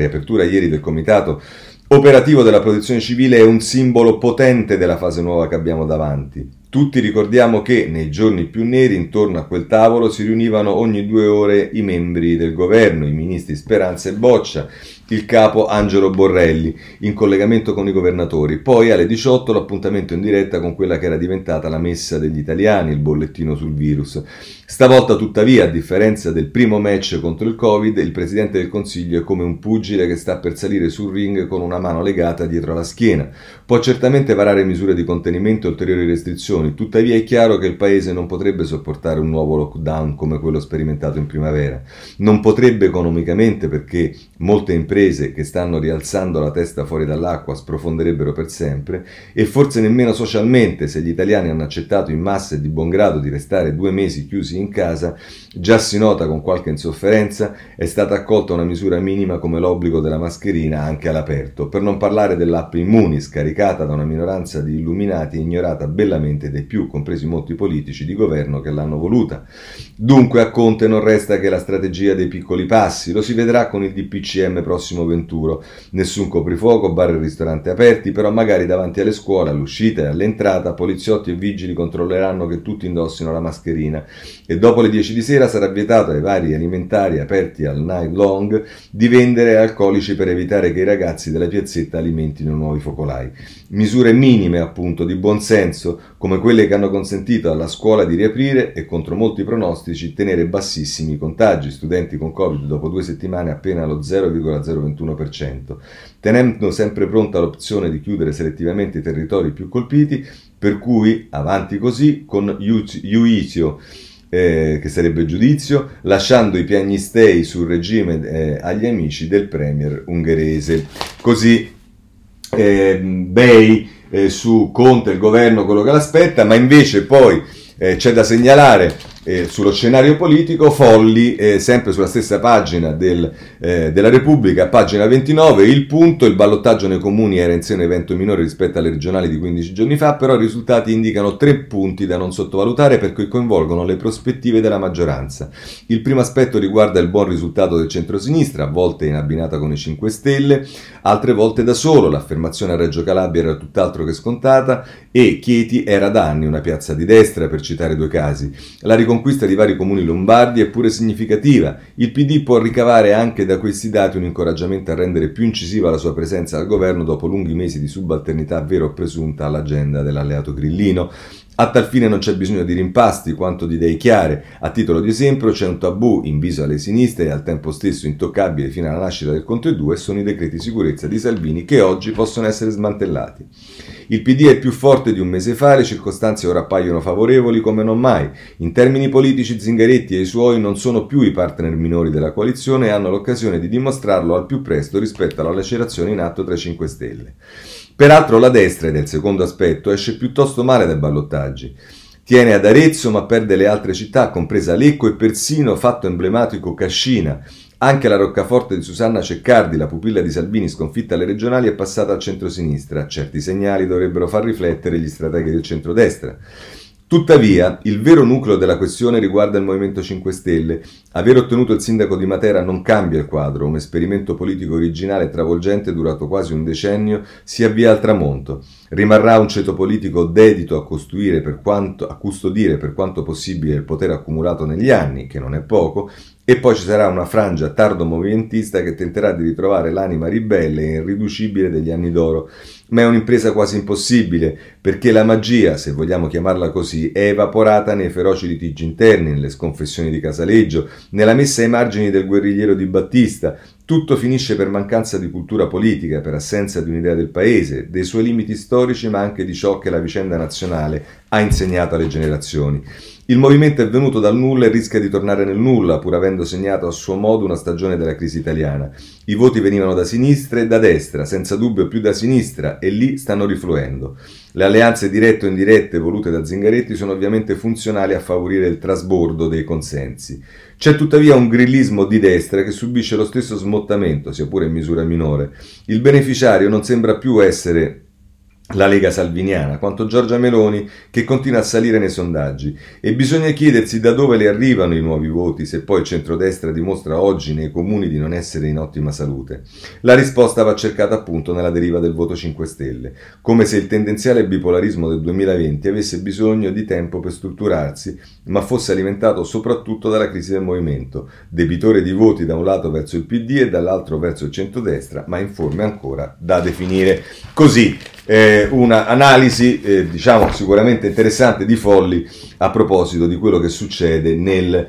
del comitato operativo della protezione civile è un simbolo potente della fase nuova che abbiamo davanti. Tutti ricordiamo che nei giorni più neri intorno a quel tavolo si riunivano ogni 2 ore i membri del governo, i ministri Speranza e Boccia, il capo Angelo Borrelli, in collegamento con i governatori. Poi alle 18 l'appuntamento in diretta con quella che era diventata la messa degli italiani, il bollettino sul virus. Stavolta tuttavia, a differenza del primo match contro il Covid, il Presidente del Consiglio è come un pugile che sta per salire sul ring con una mano legata dietro la schiena. Può certamente varare misure di contenimento e ulteriori restrizioni, tuttavia è chiaro che il Paese non potrebbe sopportare un nuovo lockdown come quello sperimentato in primavera. Non potrebbe economicamente perché molte imprese che stanno rialzando la testa fuori dall'acqua sprofonderebbero per sempre, e forse nemmeno socialmente se gli italiani hanno accettato in massa e di buon grado di restare 2 mesi chiusi in casa. Già si nota con qualche insofferenza, è stata accolta una misura minima come l'obbligo della mascherina anche all'aperto, per non parlare dell'app Immuni scaricata da una minoranza di illuminati e ignorata bellamente dai più, compresi molti politici di governo che l'hanno voluta. Dunque a Conte non resta che la strategia dei piccoli passi, lo si vedrà con il DPCM prossimo 21, nessun coprifuoco, bar e ristoranti aperti, però magari davanti alle scuole, all'uscita e all'entrata, poliziotti e vigili controlleranno che tutti indossino la mascherina, e dopo le 10 di sera sarà vietato ai vari alimentari aperti al night long di vendere alcolici per evitare che i ragazzi della piazzetta alimentino nuovi focolai. Misure minime appunto di buon senso, come quelle che hanno consentito alla scuola di riaprire e contro molti pronostici tenere bassissimi i contagi, studenti con Covid dopo 2 settimane appena allo 0,021%, tenendo sempre pronta l'opzione di chiudere selettivamente i territori più colpiti, per cui avanti così con iuizio, che sarebbe giudizio, lasciando i piagnistei sul regime agli amici del premier ungherese. Così Bei su Conte, il governo, quello che l'aspetta, ma invece poi c'è da segnalare sullo scenario politico. Folli, sempre sulla stessa pagina della Repubblica, pagina 29, il punto: il ballottaggio nei comuni era in sé un evento minore rispetto alle regionali di 15 giorni fa, però i risultati indicano 3 punti da non sottovalutare perché coinvolgono le prospettive della maggioranza. Il primo aspetto riguarda il buon risultato del centrosinistra, a volte in abbinata con i 5 Stelle, altre volte da solo. L'affermazione a Reggio Calabria era tutt'altro che scontata e Chieti era da anni una piazza di destra, per citare 2 casi. La riconquista di vari comuni lombardi è pure significativa. Il PD può ricavare anche da questi dati un incoraggiamento a rendere più incisiva la sua presenza al governo dopo lunghi mesi di subalternità vera o presunta all'agenda dell'alleato grillino. A tal fine non c'è bisogno di rimpasti quanto di idee chiare. A titolo di esempio c'è un tabù inviso alle sinistre e al tempo stesso intoccabile fino alla nascita del Conte 2, sono i decreti sicurezza di Salvini che oggi possono essere smantellati. Il PD è più forte di un mese fa, le circostanze ora appaiono favorevoli come non mai. In termini politici Zingaretti e i suoi non sono più i partner minori della coalizione e hanno l'occasione di dimostrarlo al più presto rispetto alla lacerazione in atto tra i 5 Stelle. Peraltro la destra, ed è il secondo aspetto, esce piuttosto male dai ballottaggi. Tiene ad Arezzo ma perde le altre città, compresa Lecco e persino, fatto emblematico, Cascina. Anche la roccaforte di Susanna Ceccardi, la pupilla di Salvini sconfitta alle regionali, è passata al centrosinistra. Certi segnali dovrebbero far riflettere gli strateghi del centrodestra. Tuttavia, il vero nucleo della questione riguarda il Movimento 5 Stelle. Aver ottenuto il sindaco di Matera non cambia il quadro, un esperimento politico originale e travolgente durato quasi un decennio si avvia al tramonto. Rimarrà un ceto politico dedito a custodire per quanto possibile il potere accumulato negli anni, che non è poco, e poi ci sarà una frangia tardo-movimentista che tenterà di ritrovare l'anima ribelle e irriducibile degli anni d'oro. Ma è un'impresa quasi impossibile, perché la magia, se vogliamo chiamarla così, è evaporata nei feroci litigi interni, nelle sconfessioni di Casaleggio, nella messa ai margini del guerrigliero di Battista. Tutto finisce per mancanza di cultura politica, per assenza di un'idea del paese, dei suoi limiti storici, ma anche di ciò che la vicenda nazionale ha insegnato alle generazioni. Il movimento è venuto dal nulla e rischia di tornare nel nulla, pur avendo segnato a suo modo una stagione della crisi italiana. I voti venivano da sinistra e da destra, senza dubbio più da sinistra, e lì stanno rifluendo. Le alleanze dirette o indirette volute da Zingaretti sono ovviamente funzionali a favorire il trasbordo dei consensi. C'è tuttavia un grillismo di destra che subisce lo stesso smottamento, sia pure in misura minore. Il beneficiario non sembra più essere la Lega salviniana, quanto Giorgia Meloni, che continua a salire nei sondaggi, e bisogna chiedersi da dove le arrivano i nuovi voti se poi il centrodestra dimostra oggi nei comuni di non essere in ottima salute. La risposta va cercata appunto nella deriva del voto 5 Stelle, come se il tendenziale bipolarismo del 2020 avesse bisogno di tempo per strutturarsi, ma fosse alimentato soprattutto dalla crisi del movimento, debitore di voti da un lato verso il PD e dall'altro verso il centrodestra, ma in forme ancora da definire. Così una analisi diciamo sicuramente interessante di Folli a proposito di quello che succede nel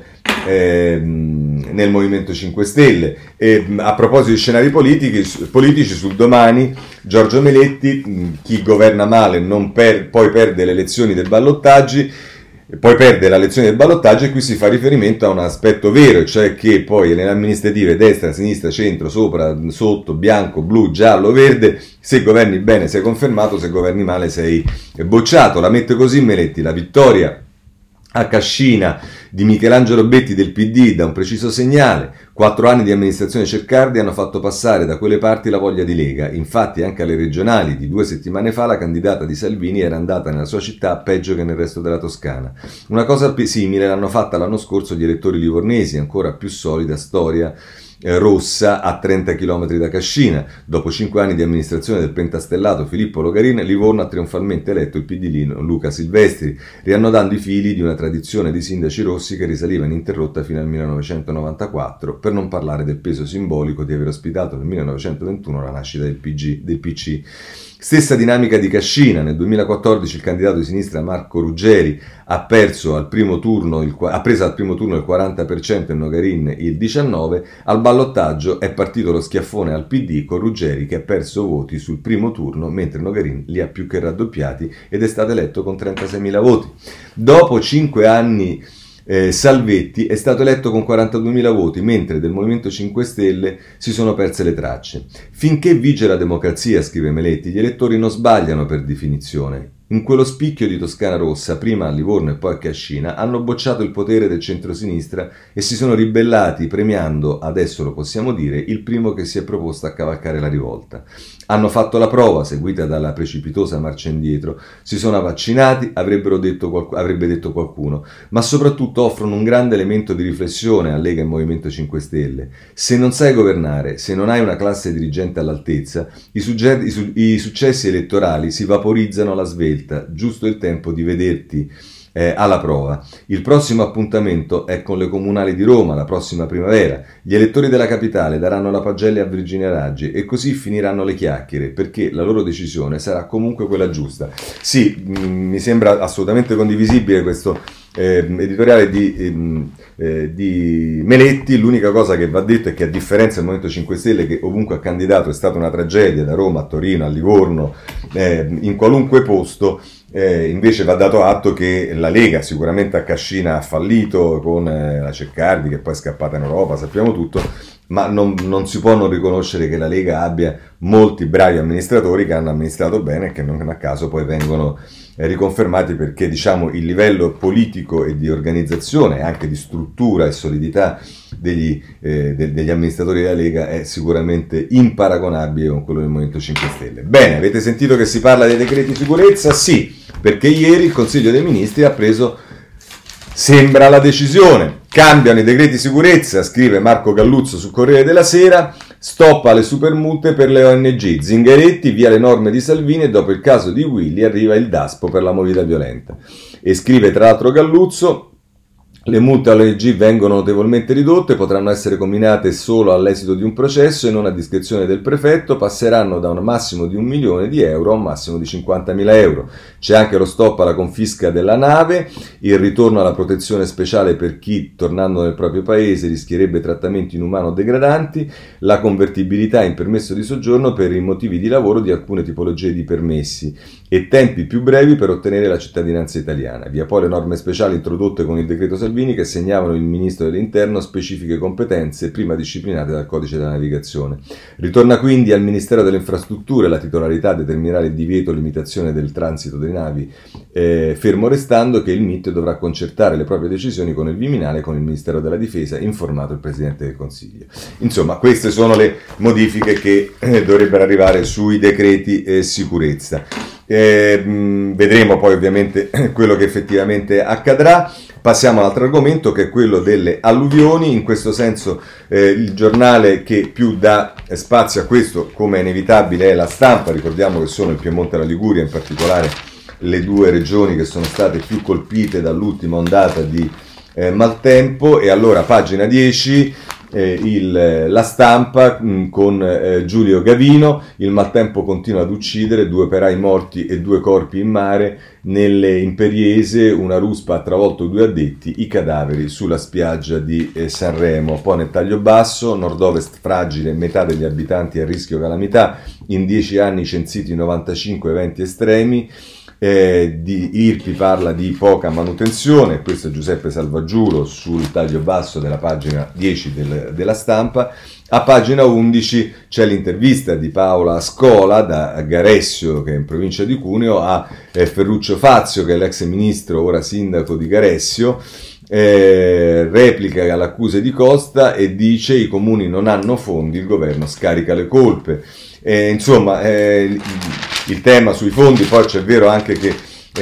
Movimento 5 Stelle. A proposito di scenari politici, sul Domani Giorgio Meletti, chi governa male poi perde le elezioni del ballottaggi. Poi perde la lezione del ballottaggio, e qui si fa riferimento a un aspetto vero, cioè che poi nelle amministrative destra, sinistra, centro, sopra, sotto, bianco, blu, giallo, verde, se governi bene sei confermato, se governi male sei bocciato. La mette così Meletti: la vittoria a Cascina di Michelangelo Betti del PD dà un preciso segnale. 4 anni di amministrazione Ceccardi hanno fatto passare da quelle parti la voglia di Lega. Infatti anche alle regionali di 2 settimane fa la candidata di Salvini era andata nella sua città peggio che nel resto della Toscana. Una cosa simile l'hanno fatta l'anno scorso gli elettori livornesi, ancora più solida storia rossa a 30 km da Cascina. Dopo 5 anni di amministrazione del pentastellato Filippo Logarin, Livorno ha trionfalmente eletto il PDlino Luca Silvestri, riannodando i fili di una tradizione di sindaci rossi che risaliva ininterrotta fino al 1994, per non parlare del peso simbolico di aver ospitato nel 1921 la nascita del PC. Stessa dinamica di Cascina. Nel 2014 il candidato di sinistra Marco Ruggeri ha preso al primo turno il 40% e Nogarin il 19%. Al ballottaggio è partito lo schiaffone al PD con Ruggeri che ha perso voti sul primo turno, mentre Nogarin li ha più che raddoppiati ed è stato eletto con 36.000 voti. Dopo 5 anni Salvetti è stato eletto con 42.000 voti, mentre del Movimento 5 Stelle si sono perse le tracce. Finché vige la democrazia, scrive Meletti, gli elettori non sbagliano per definizione. in quello spicchio di Toscana Rossa, prima a Livorno e poi a Cascina, hanno bocciato il potere del centrosinistra e si sono ribellati premiando, adesso lo possiamo dire, il primo che si è proposto a cavalcare la rivolta. Hanno fatto la prova, seguita dalla precipitosa marcia indietro, si sono vaccinati, avrebbe detto qualcuno, ma soprattutto offrono un grande elemento di riflessione a Lega e Movimento 5 Stelle. Se non sai governare, se non hai una classe dirigente all'altezza, i successi elettorali si vaporizzano alla svelta, giusto il tempo di vederti alla prova. Il prossimo appuntamento è con le comunali di Roma, la prossima primavera. Gli elettori della capitale daranno la pagella a Virginia Raggi e così finiranno le chiacchiere, perché la loro decisione sarà comunque quella giusta. Sì, mi sembra assolutamente condivisibile questo editoriale di Meletti. L'unica cosa che va detto è che, a differenza del Movimento 5 Stelle, che ovunque ha candidato è stata una tragedia, da Roma a Torino a Livorno, in qualunque posto, invece va dato atto che la Lega sicuramente a Cascina ha fallito con la Ceccardi, che poi è scappata in Europa, sappiamo tutto, ma non si può non riconoscere che la Lega abbia molti bravi amministratori che hanno amministrato bene e che non a caso poi vengono riconfermati, perché diciamo il livello politico e di organizzazione e anche di struttura e solidità degli amministratori della Lega è sicuramente imparagonabile con quello del Movimento 5 Stelle. Bene, avete sentito che si parla dei decreti sicurezza? Sì, perché ieri il Consiglio dei Ministri ha preso, sembra, la decisione. Cambiano i decreti sicurezza, scrive Marco Galluzzo sul Corriere della Sera, stop alle supermulte per le ONG, Zingaretti via le norme di Salvini e dopo il caso di Willy arriva il Daspo per la movida violenta. E scrive tra l'altro Galluzzo: le multe alle ONG vengono notevolmente ridotte, potranno essere comminate solo all'esito di un processo e non a discrezione del prefetto, passeranno da un massimo di 1 milione di euro a un massimo di 50.000 euro. C'è anche lo stop alla confisca della nave, il ritorno alla protezione speciale per chi, tornando nel proprio paese, rischierebbe trattamenti inumani o degradanti, la convertibilità in permesso di soggiorno per i motivi di lavoro di alcune tipologie di permessi e tempi più brevi per ottenere la cittadinanza italiana. Via poi le norme speciali introdotte con il decreto Salvini, che segnavano il Ministro dell'Interno specifiche competenze prima disciplinate dal Codice della Navigazione. Ritorna quindi al Ministero delle Infrastrutture la titolarità a determinare il divieto o limitazione del transito delle navi, fermo restando che il MIT dovrà concertare le proprie decisioni con il Viminale e con il Ministero della Difesa, informato il Presidente del Consiglio. Insomma, queste sono le modifiche che dovrebbero arrivare sui decreti sicurezza. Vedremo poi ovviamente quello che effettivamente accadrà. Passiamo all'altro argomento, che è quello delle alluvioni. In questo senso il giornale che più dà spazio a questo, come è inevitabile, è La Stampa. Ricordiamo che sono il Piemonte e la Liguria, in particolare le due regioni che sono state più colpite dall'ultima ondata di maltempo. E allora, pagina 10, La Stampa con Giulio Gavino: il maltempo continua ad uccidere, 2 operai morti e 2 corpi in mare, nelle Imperiese una ruspa ha travolto 2 addetti, i cadaveri sulla spiaggia di Sanremo. Poi nel taglio basso: nord-ovest fragile, metà degli abitanti a rischio calamità, in 10 anni censiti 95 eventi estremi. Irpi parla di poca manutenzione, questo è Giuseppe Salvaggiuro sul taglio basso della pagina 10 della Stampa. A pagina 11 c'è l'intervista di Paola Ascola da Garessio, che è in provincia di Cuneo, a Ferruccio Fazio, che è l'ex ministro, ora sindaco di Garessio. Replica alle accuse di Costa e dice: i comuni non hanno fondi, il governo scarica le colpe. Insomma, il tema sui fondi, poi c'è vero anche che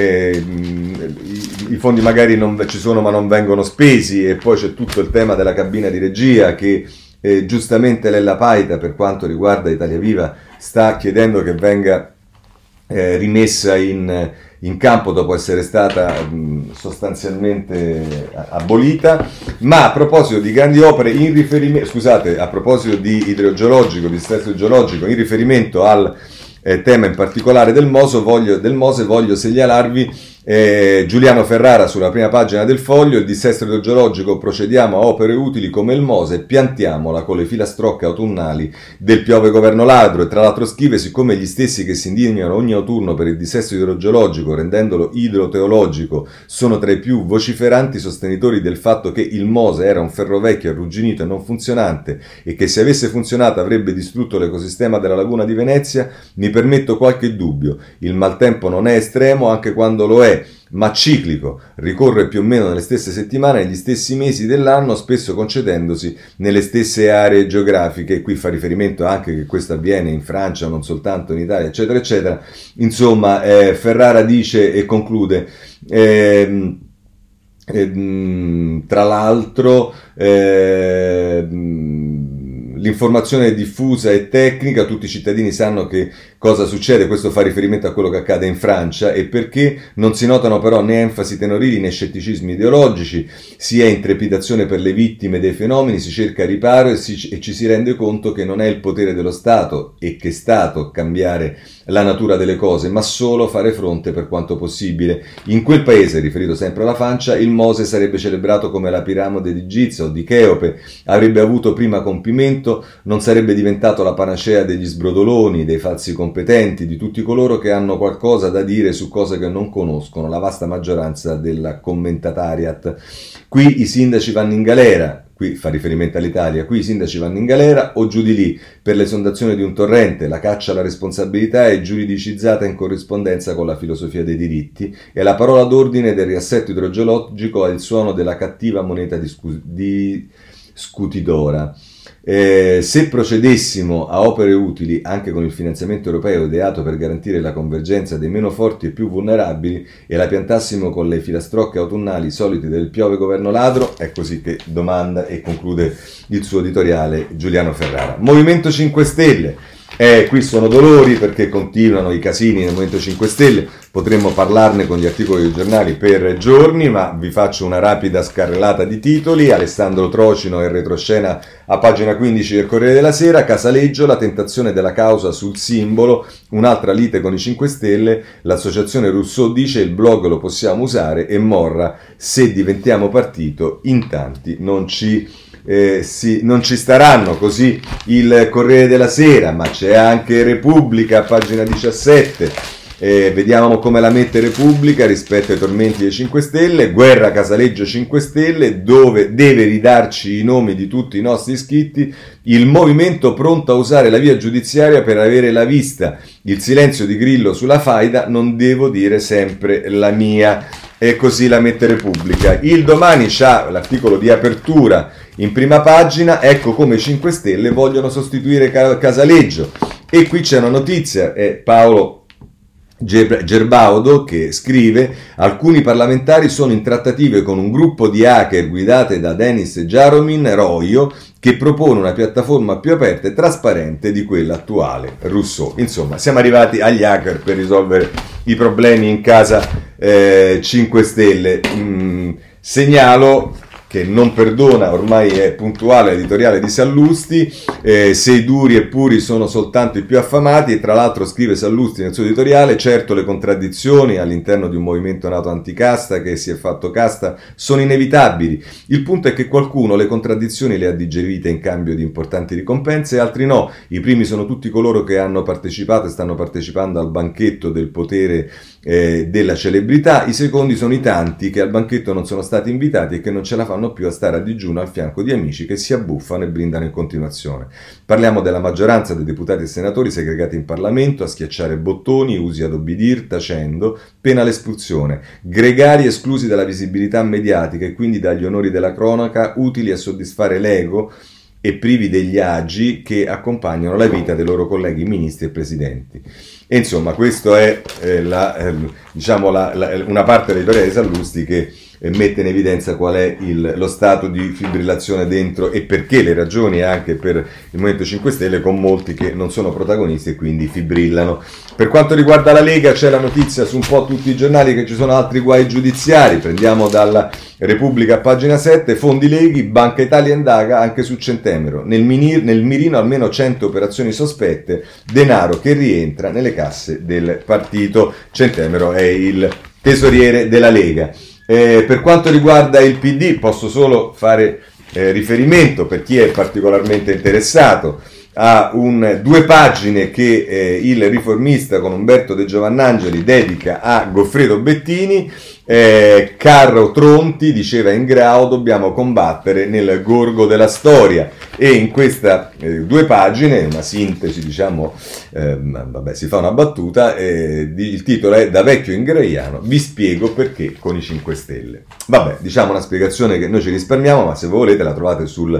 i fondi magari non ci sono ma non vengono spesi, e poi c'è tutto il tema della cabina di regia che giustamente Lella Paita, per quanto riguarda Italia Viva, sta chiedendo che venga rimessa in campo dopo essere stata sostanzialmente abolita. Ma a proposito di grandi opere, a proposito di idrogeologico, di dissesto idrogeologico, in riferimento al tema in particolare del Mose, voglio segnalarvi Giuliano Ferrara sulla prima pagina del Foglio: il dissesto idrogeologico, procediamo a opere utili come il Mose, piantiamola con le filastrocche autunnali del piove governo ladro. E tra l'altro scrive: siccome gli stessi che si indignano ogni autunno per il dissesto idrogeologico rendendolo idroteologico sono tra i più vociferanti sostenitori del fatto che il Mose era un ferrovecchio arrugginito e non funzionante e che se avesse funzionato avrebbe distrutto l'ecosistema della laguna di Venezia, mi permetto qualche dubbio. Il maltempo non è estremo anche quando lo è, ma ciclico, ricorre più o meno nelle stesse settimane, negli stessi mesi dell'anno, spesso concedendosi nelle stesse aree geografiche. Qui fa riferimento anche che questo avviene in Francia, non soltanto in Italia, eccetera, eccetera. Insomma, Ferrara dice e conclude, tra l'altro, l'informazione è diffusa e tecnica, tutti i cittadini sanno che cosa succede, questo fa riferimento a quello che accade in Francia, e perché non si notano però né enfasi tenorili né scetticismi ideologici, si è in trepidazione per le vittime dei fenomeni, si cerca riparo e ci si rende conto che non è il potere dello Stato e che Stato cambiare la natura delle cose, ma solo fare fronte per quanto possibile. In quel paese, riferito sempre alla Francia, il Mose sarebbe celebrato come la piramide di Giza o di Cheope, avrebbe avuto prima compimento, non sarebbe diventato la panacea degli sbrodoloni, dei falsi competenti, di tutti coloro che hanno qualcosa da dire su cose che non conoscono, la vasta maggioranza della commentatariat. Qui i sindaci vanno in galera, qui fa riferimento all'Italia, qui i sindaci vanno in galera o giù di lì per l'esondazione di un torrente, la caccia alla responsabilità è giuridicizzata in corrispondenza con la filosofia dei diritti e la parola d'ordine del riassetto idrogeologico ha il suono della cattiva moneta di scutidora. Se procedessimo a opere utili anche con il finanziamento europeo ideato per garantire la convergenza dei meno forti e più vulnerabili e la piantassimo con le filastrocche autunnali solite del piove governo ladro, è così che domanda e conclude il suo editoriale Giuliano Ferrara. Movimento 5 Stelle. Qui sono dolori perché continuano i casini nel Movimento 5 Stelle, potremmo parlarne con gli articoli dei giornali per giorni, ma vi faccio una rapida scarrellata di titoli. Alessandro Trocino e retroscena a pagina 15 del Corriere della Sera, Casaleggio, la tentazione della causa sul simbolo, un'altra lite con i 5 Stelle, l'associazione Rousseau dice il blog lo possiamo usare e Morra, se diventiamo partito in tanti non ci staranno, così il Corriere della Sera, ma c'è anche Repubblica, pagina 17, vediamo come la mette Repubblica rispetto ai tormenti dei 5 Stelle, guerra Casaleggio 5 Stelle, dove deve ridarci i nomi di tutti i nostri iscritti, il movimento pronto a usare la via giudiziaria per avere la vista, il silenzio di Grillo sulla faida, non devo dire sempre la mia, e così la mette Repubblica. Il Domani c'ha l'articolo di apertura in prima pagina, ecco come i 5 Stelle vogliono sostituire Casaleggio, e qui c'è una notizia, è Paolo Gerbaudo che scrive: alcuni parlamentari sono in trattative con un gruppo di hacker guidate da Denis Jaromin Roio che propone una piattaforma più aperta e trasparente di quella attuale, Rousseau. Insomma, siamo arrivati agli hacker per risolvere i problemi in casa 5 Stelle. Segnalo che non perdona, ormai è puntuale l'editoriale di Sallusti, se i duri e puri sono soltanto i più affamati, e tra l'altro scrive Sallusti nel suo editoriale: certo le contraddizioni all'interno di un movimento nato anticasta che si è fatto casta sono inevitabili, il punto è che qualcuno le contraddizioni le ha digerite in cambio di importanti ricompense e altri no, i primi sono tutti coloro che hanno partecipato e stanno partecipando al banchetto del potere della celebrità, i secondi sono i tanti che al banchetto non sono stati invitati e che non ce la fanno più a stare a digiuno al fianco di amici che si abbuffano e brindano in continuazione. Parliamo della maggioranza dei deputati e senatori segregati in Parlamento a schiacciare bottoni, usi ad obbedire, tacendo, pena l'espulsione, gregari esclusi dalla visibilità mediatica e quindi dagli onori della cronaca, utili a soddisfare l'ego e privi degli agi che accompagnano la vita dei loro colleghi ministri e presidenti. E insomma, questo è una parte dell'editoriale di Sallusti che mette in evidenza qual è lo stato di fibrillazione dentro e perché le ragioni anche per il Movimento 5 Stelle, con molti che non sono protagonisti e quindi fibrillano. Per quanto riguarda la Lega c'è la notizia su un po' tutti i giornali che ci sono altri guai giudiziari. Prendiamo dalla Repubblica, pagina 7, fondi Leghi, Banca Italia indaga anche su Centemero, nel mirino almeno 100 operazioni sospette, denaro che rientra nelle casse del partito. Centemero è il tesoriere della Lega. Per quanto riguarda il PD, posso solo fare riferimento, per chi è particolarmente interessato, a 2 pagine che il Riformista con Umberto De Giovannangeli dedica a Goffredo Bettini. Carlo Tronti diceva in Grao: dobbiamo combattere nel gorgo della storia, e in queste 2 pagine, una sintesi, diciamo, si fa una battuta, il titolo è "Da vecchio ingraiano vi spiego perché con i 5 Stelle". Vabbè, diciamo una spiegazione che noi ci risparmiamo, ma se volete la trovate sul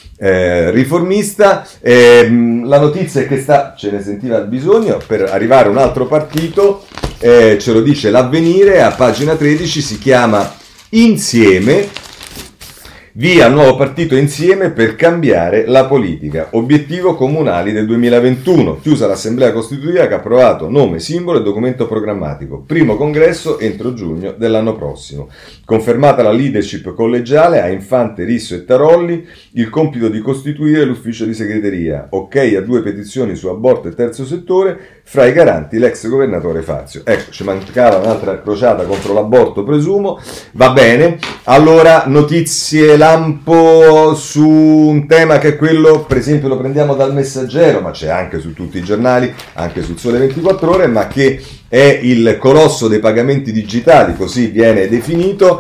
Riformista. La notizia è che ce ne sentiva il bisogno per arrivare a un altro partito, ce lo dice l'Avvenire a pagina 13, si chiama Insieme, via nuovo partito Insieme per cambiare la politica, obiettivo comunali del 2021, chiusa l'assemblea costitutiva che ha approvato nome, simbolo e documento programmatico, primo congresso entro giugno dell'anno prossimo, confermata la leadership collegiale a Infante, Risso e Tarolli, il compito di costituire l'ufficio di segreteria, ok a 2 petizioni su aborto e terzo settore, fra i garanti l'ex governatore Fazio. Ecco, ci mancava un'altra crociata contro l'aborto, presumo. Va bene, allora notizie lampo su un tema che è quello, per esempio lo prendiamo dal Messaggero, ma c'è anche su tutti i giornali, anche sul Sole 24 Ore, ma che è il colosso dei pagamenti digitali, così viene definito.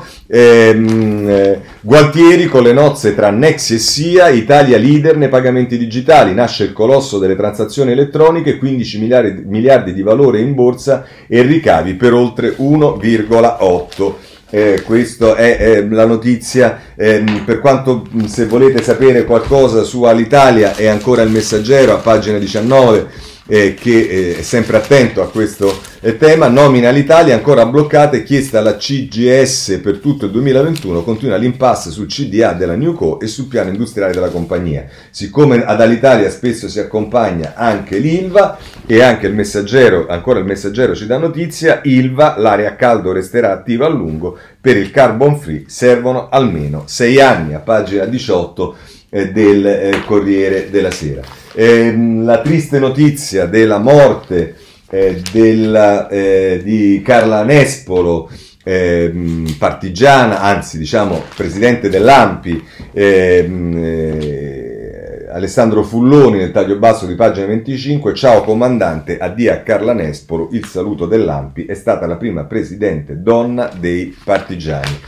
Gualtieri con le nozze tra Nexi e SIA, Italia leader nei pagamenti digitali, nasce il colosso delle transazioni elettroniche, 15 miliardi di valore in borsa e ricavi per oltre 1,8. Questa è la notizia. Per quanto, se volete sapere qualcosa su Alitalia, è ancora il Messaggero a pagina 19 che è sempre attento a questo tema. Nomina all'Italia ancora bloccata e chiesta alla CGS per tutto il 2021, continua l'impasse sul CDA della Newco e sul piano industriale della compagnia. Siccome ad Alitalia spesso si accompagna anche l'Ilva, e anche il Messaggero, ancora il Messaggero ci dà notizia, Ilva, l'area a caldo resterà attiva a lungo, per il carbon free servono almeno 6 anni, a pagina 18 del Corriere della Sera. La triste notizia della morte di Carla Nespolo, partigiana, anzi diciamo presidente dell'ANPI, Alessandro Fulloni, nel taglio basso di pagina 25, ciao comandante, addio a Carla Nespolo, il saluto dell'ANPI, è stata la prima presidente donna dei partigiani.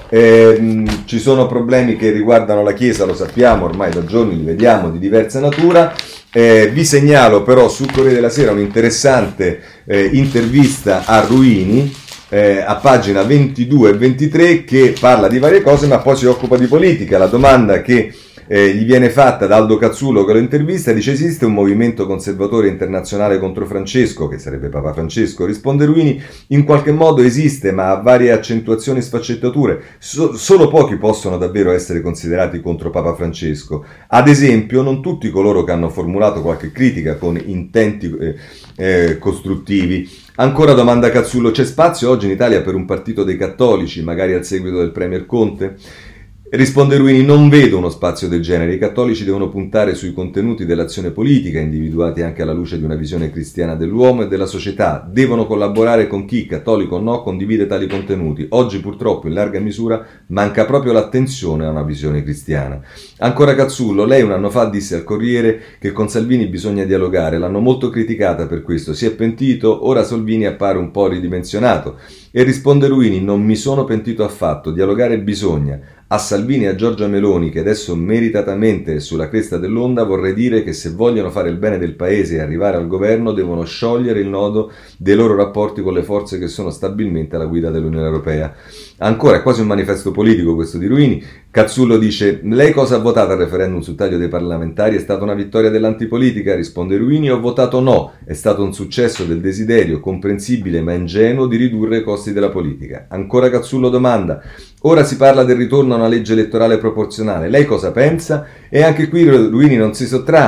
Ci sono problemi che riguardano la Chiesa, lo sappiamo, ormai da giorni li vediamo, di diversa natura. Vi segnalo però sul Corriere della Sera un'interessante intervista a Ruini, a pagina 22 e 23, che parla di varie cose ma poi si occupa di politica. La domanda che gli viene fatta da Aldo Cazzullo, che lo intervista, dice: esiste un movimento conservatore internazionale contro Francesco, che sarebbe Papa Francesco? Risponde Ruini: in qualche modo esiste, ma ha varie accentuazioni e sfaccettature. Solo pochi possono davvero essere considerati contro Papa Francesco. Ad esempio, non tutti coloro che hanno formulato qualche critica con intenti costruttivi. Ancora domanda Cazzullo: c'è spazio oggi in Italia per un partito dei cattolici, magari al seguito del Premier Conte? Risponde Ruini: non vedo uno spazio del genere, i cattolici devono puntare sui contenuti dell'azione politica, individuati anche alla luce di una visione cristiana dell'uomo e della società, devono collaborare con chi, cattolico o no, condivide tali contenuti. Oggi purtroppo in larga misura manca proprio l'attenzione a una visione cristiana. Ancora Cazzullo: lei un anno fa disse al Corriere che con Salvini bisogna dialogare, l'hanno molto criticata per questo, si è pentito, ora Salvini appare un po' ridimensionato. E risponde Ruini: non mi sono pentito affatto, dialogare bisogna. A Salvini e a Giorgia Meloni, che adesso meritatamente è sulla cresta dell'onda, vorrei dire che se vogliono fare il bene del paese e arrivare al governo devono sciogliere il nodo dei loro rapporti con le forze che sono stabilmente alla guida dell'Unione Europea. Ancora, è quasi un manifesto politico questo di Ruini. Cazzullo dice: lei cosa ha votato al referendum sul taglio dei parlamentari? È stata una vittoria dell'antipolitica? Risponde Ruini: ho votato no, è stato un successo del desiderio, comprensibile ma ingenuo, di ridurre i costi della politica. Ancora Cazzullo domanda: ora si parla del ritorno a una legge elettorale proporzionale, lei cosa pensa? E anche qui Ruini non si sottrae.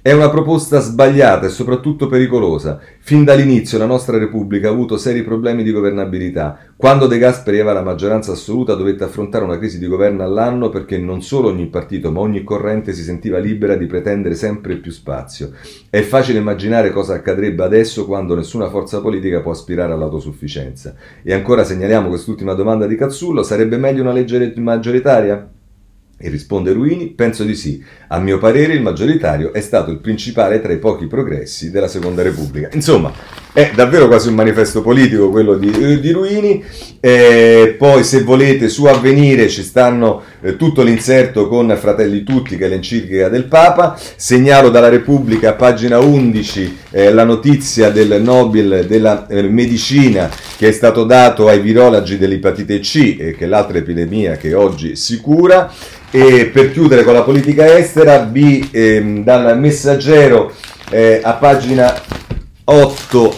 È una proposta sbagliata e soprattutto pericolosa. Fin dall'inizio la nostra Repubblica ha avuto seri problemi di governabilità. Quando De Gasperi aveva la maggioranza assoluta dovette affrontare una crisi di governo all'anno perché non solo ogni partito ma ogni corrente si sentiva libera di pretendere sempre più spazio. È facile immaginare cosa accadrebbe adesso quando nessuna forza politica può aspirare all'autosufficienza. E ancora segnaliamo quest'ultima domanda di Cazzullo: sarebbe meglio una legge maggioritaria? E risponde Ruini: penso di sì. A mio parere il maggioritario è stato il principale tra i pochi progressi della Seconda Repubblica. Insomma, è davvero quasi un manifesto politico quello di Ruini. Poi, se volete, su Avvenire ci stanno tutto l'inserto con Fratelli Tutti, che è l'enciclica del Papa. Segnalo dalla Repubblica, a pagina 11, la notizia del Nobel della medicina che è stato dato ai virologi dell'epatite C, che è l'altra epidemia che oggi si cura. E per chiudere con la politica estera, dal Messaggero, a pagina 8,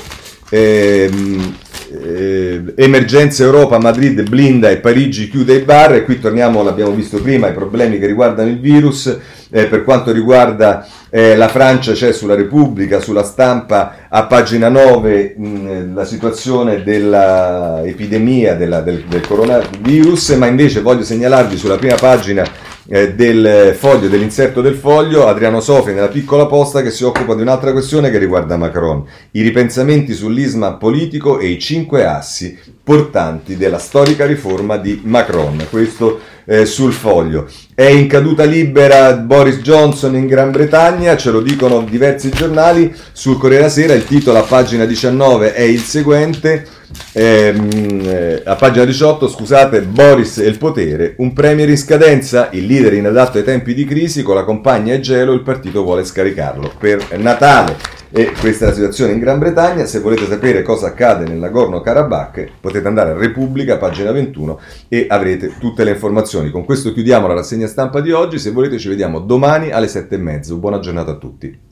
emergenza Europa, Madrid blinda e Parigi chiude i bar. E qui torniamo, l'abbiamo visto prima, ai problemi che riguardano il virus. Per quanto riguarda la Francia, c'è sulla Repubblica, sulla Stampa, a pagina 9, la situazione dell'epidemia del coronavirus, ma invece voglio segnalarvi sulla prima pagina del Foglio, dell'inserto del Foglio, Adriano Sofri nella piccola posta che si occupa di un'altra questione che riguarda Macron: i ripensamenti sull'isma politico e i 5 assi portanti della storica riforma di Macron. Questo sul Foglio. È in caduta libera Boris Johnson in Gran Bretagna, ce lo dicono diversi giornali. Sul Corriere della Sera il titolo a pagina 19 è il seguente, a pagina 18, scusate: Boris e il potere, un premier in scadenza, il leader inadatto ai tempi di crisi, con la compagna e gelo il partito vuole scaricarlo per Natale. E questa è la situazione in Gran Bretagna. Se volete sapere cosa accade nel Nagorno-Karabakh potete andare a Repubblica, pagina 21, e avrete tutte le informazioni. Con questo chiudiamo la rassegna stampa di oggi. Se volete ci vediamo domani alle 7:30. Buona giornata a tutti.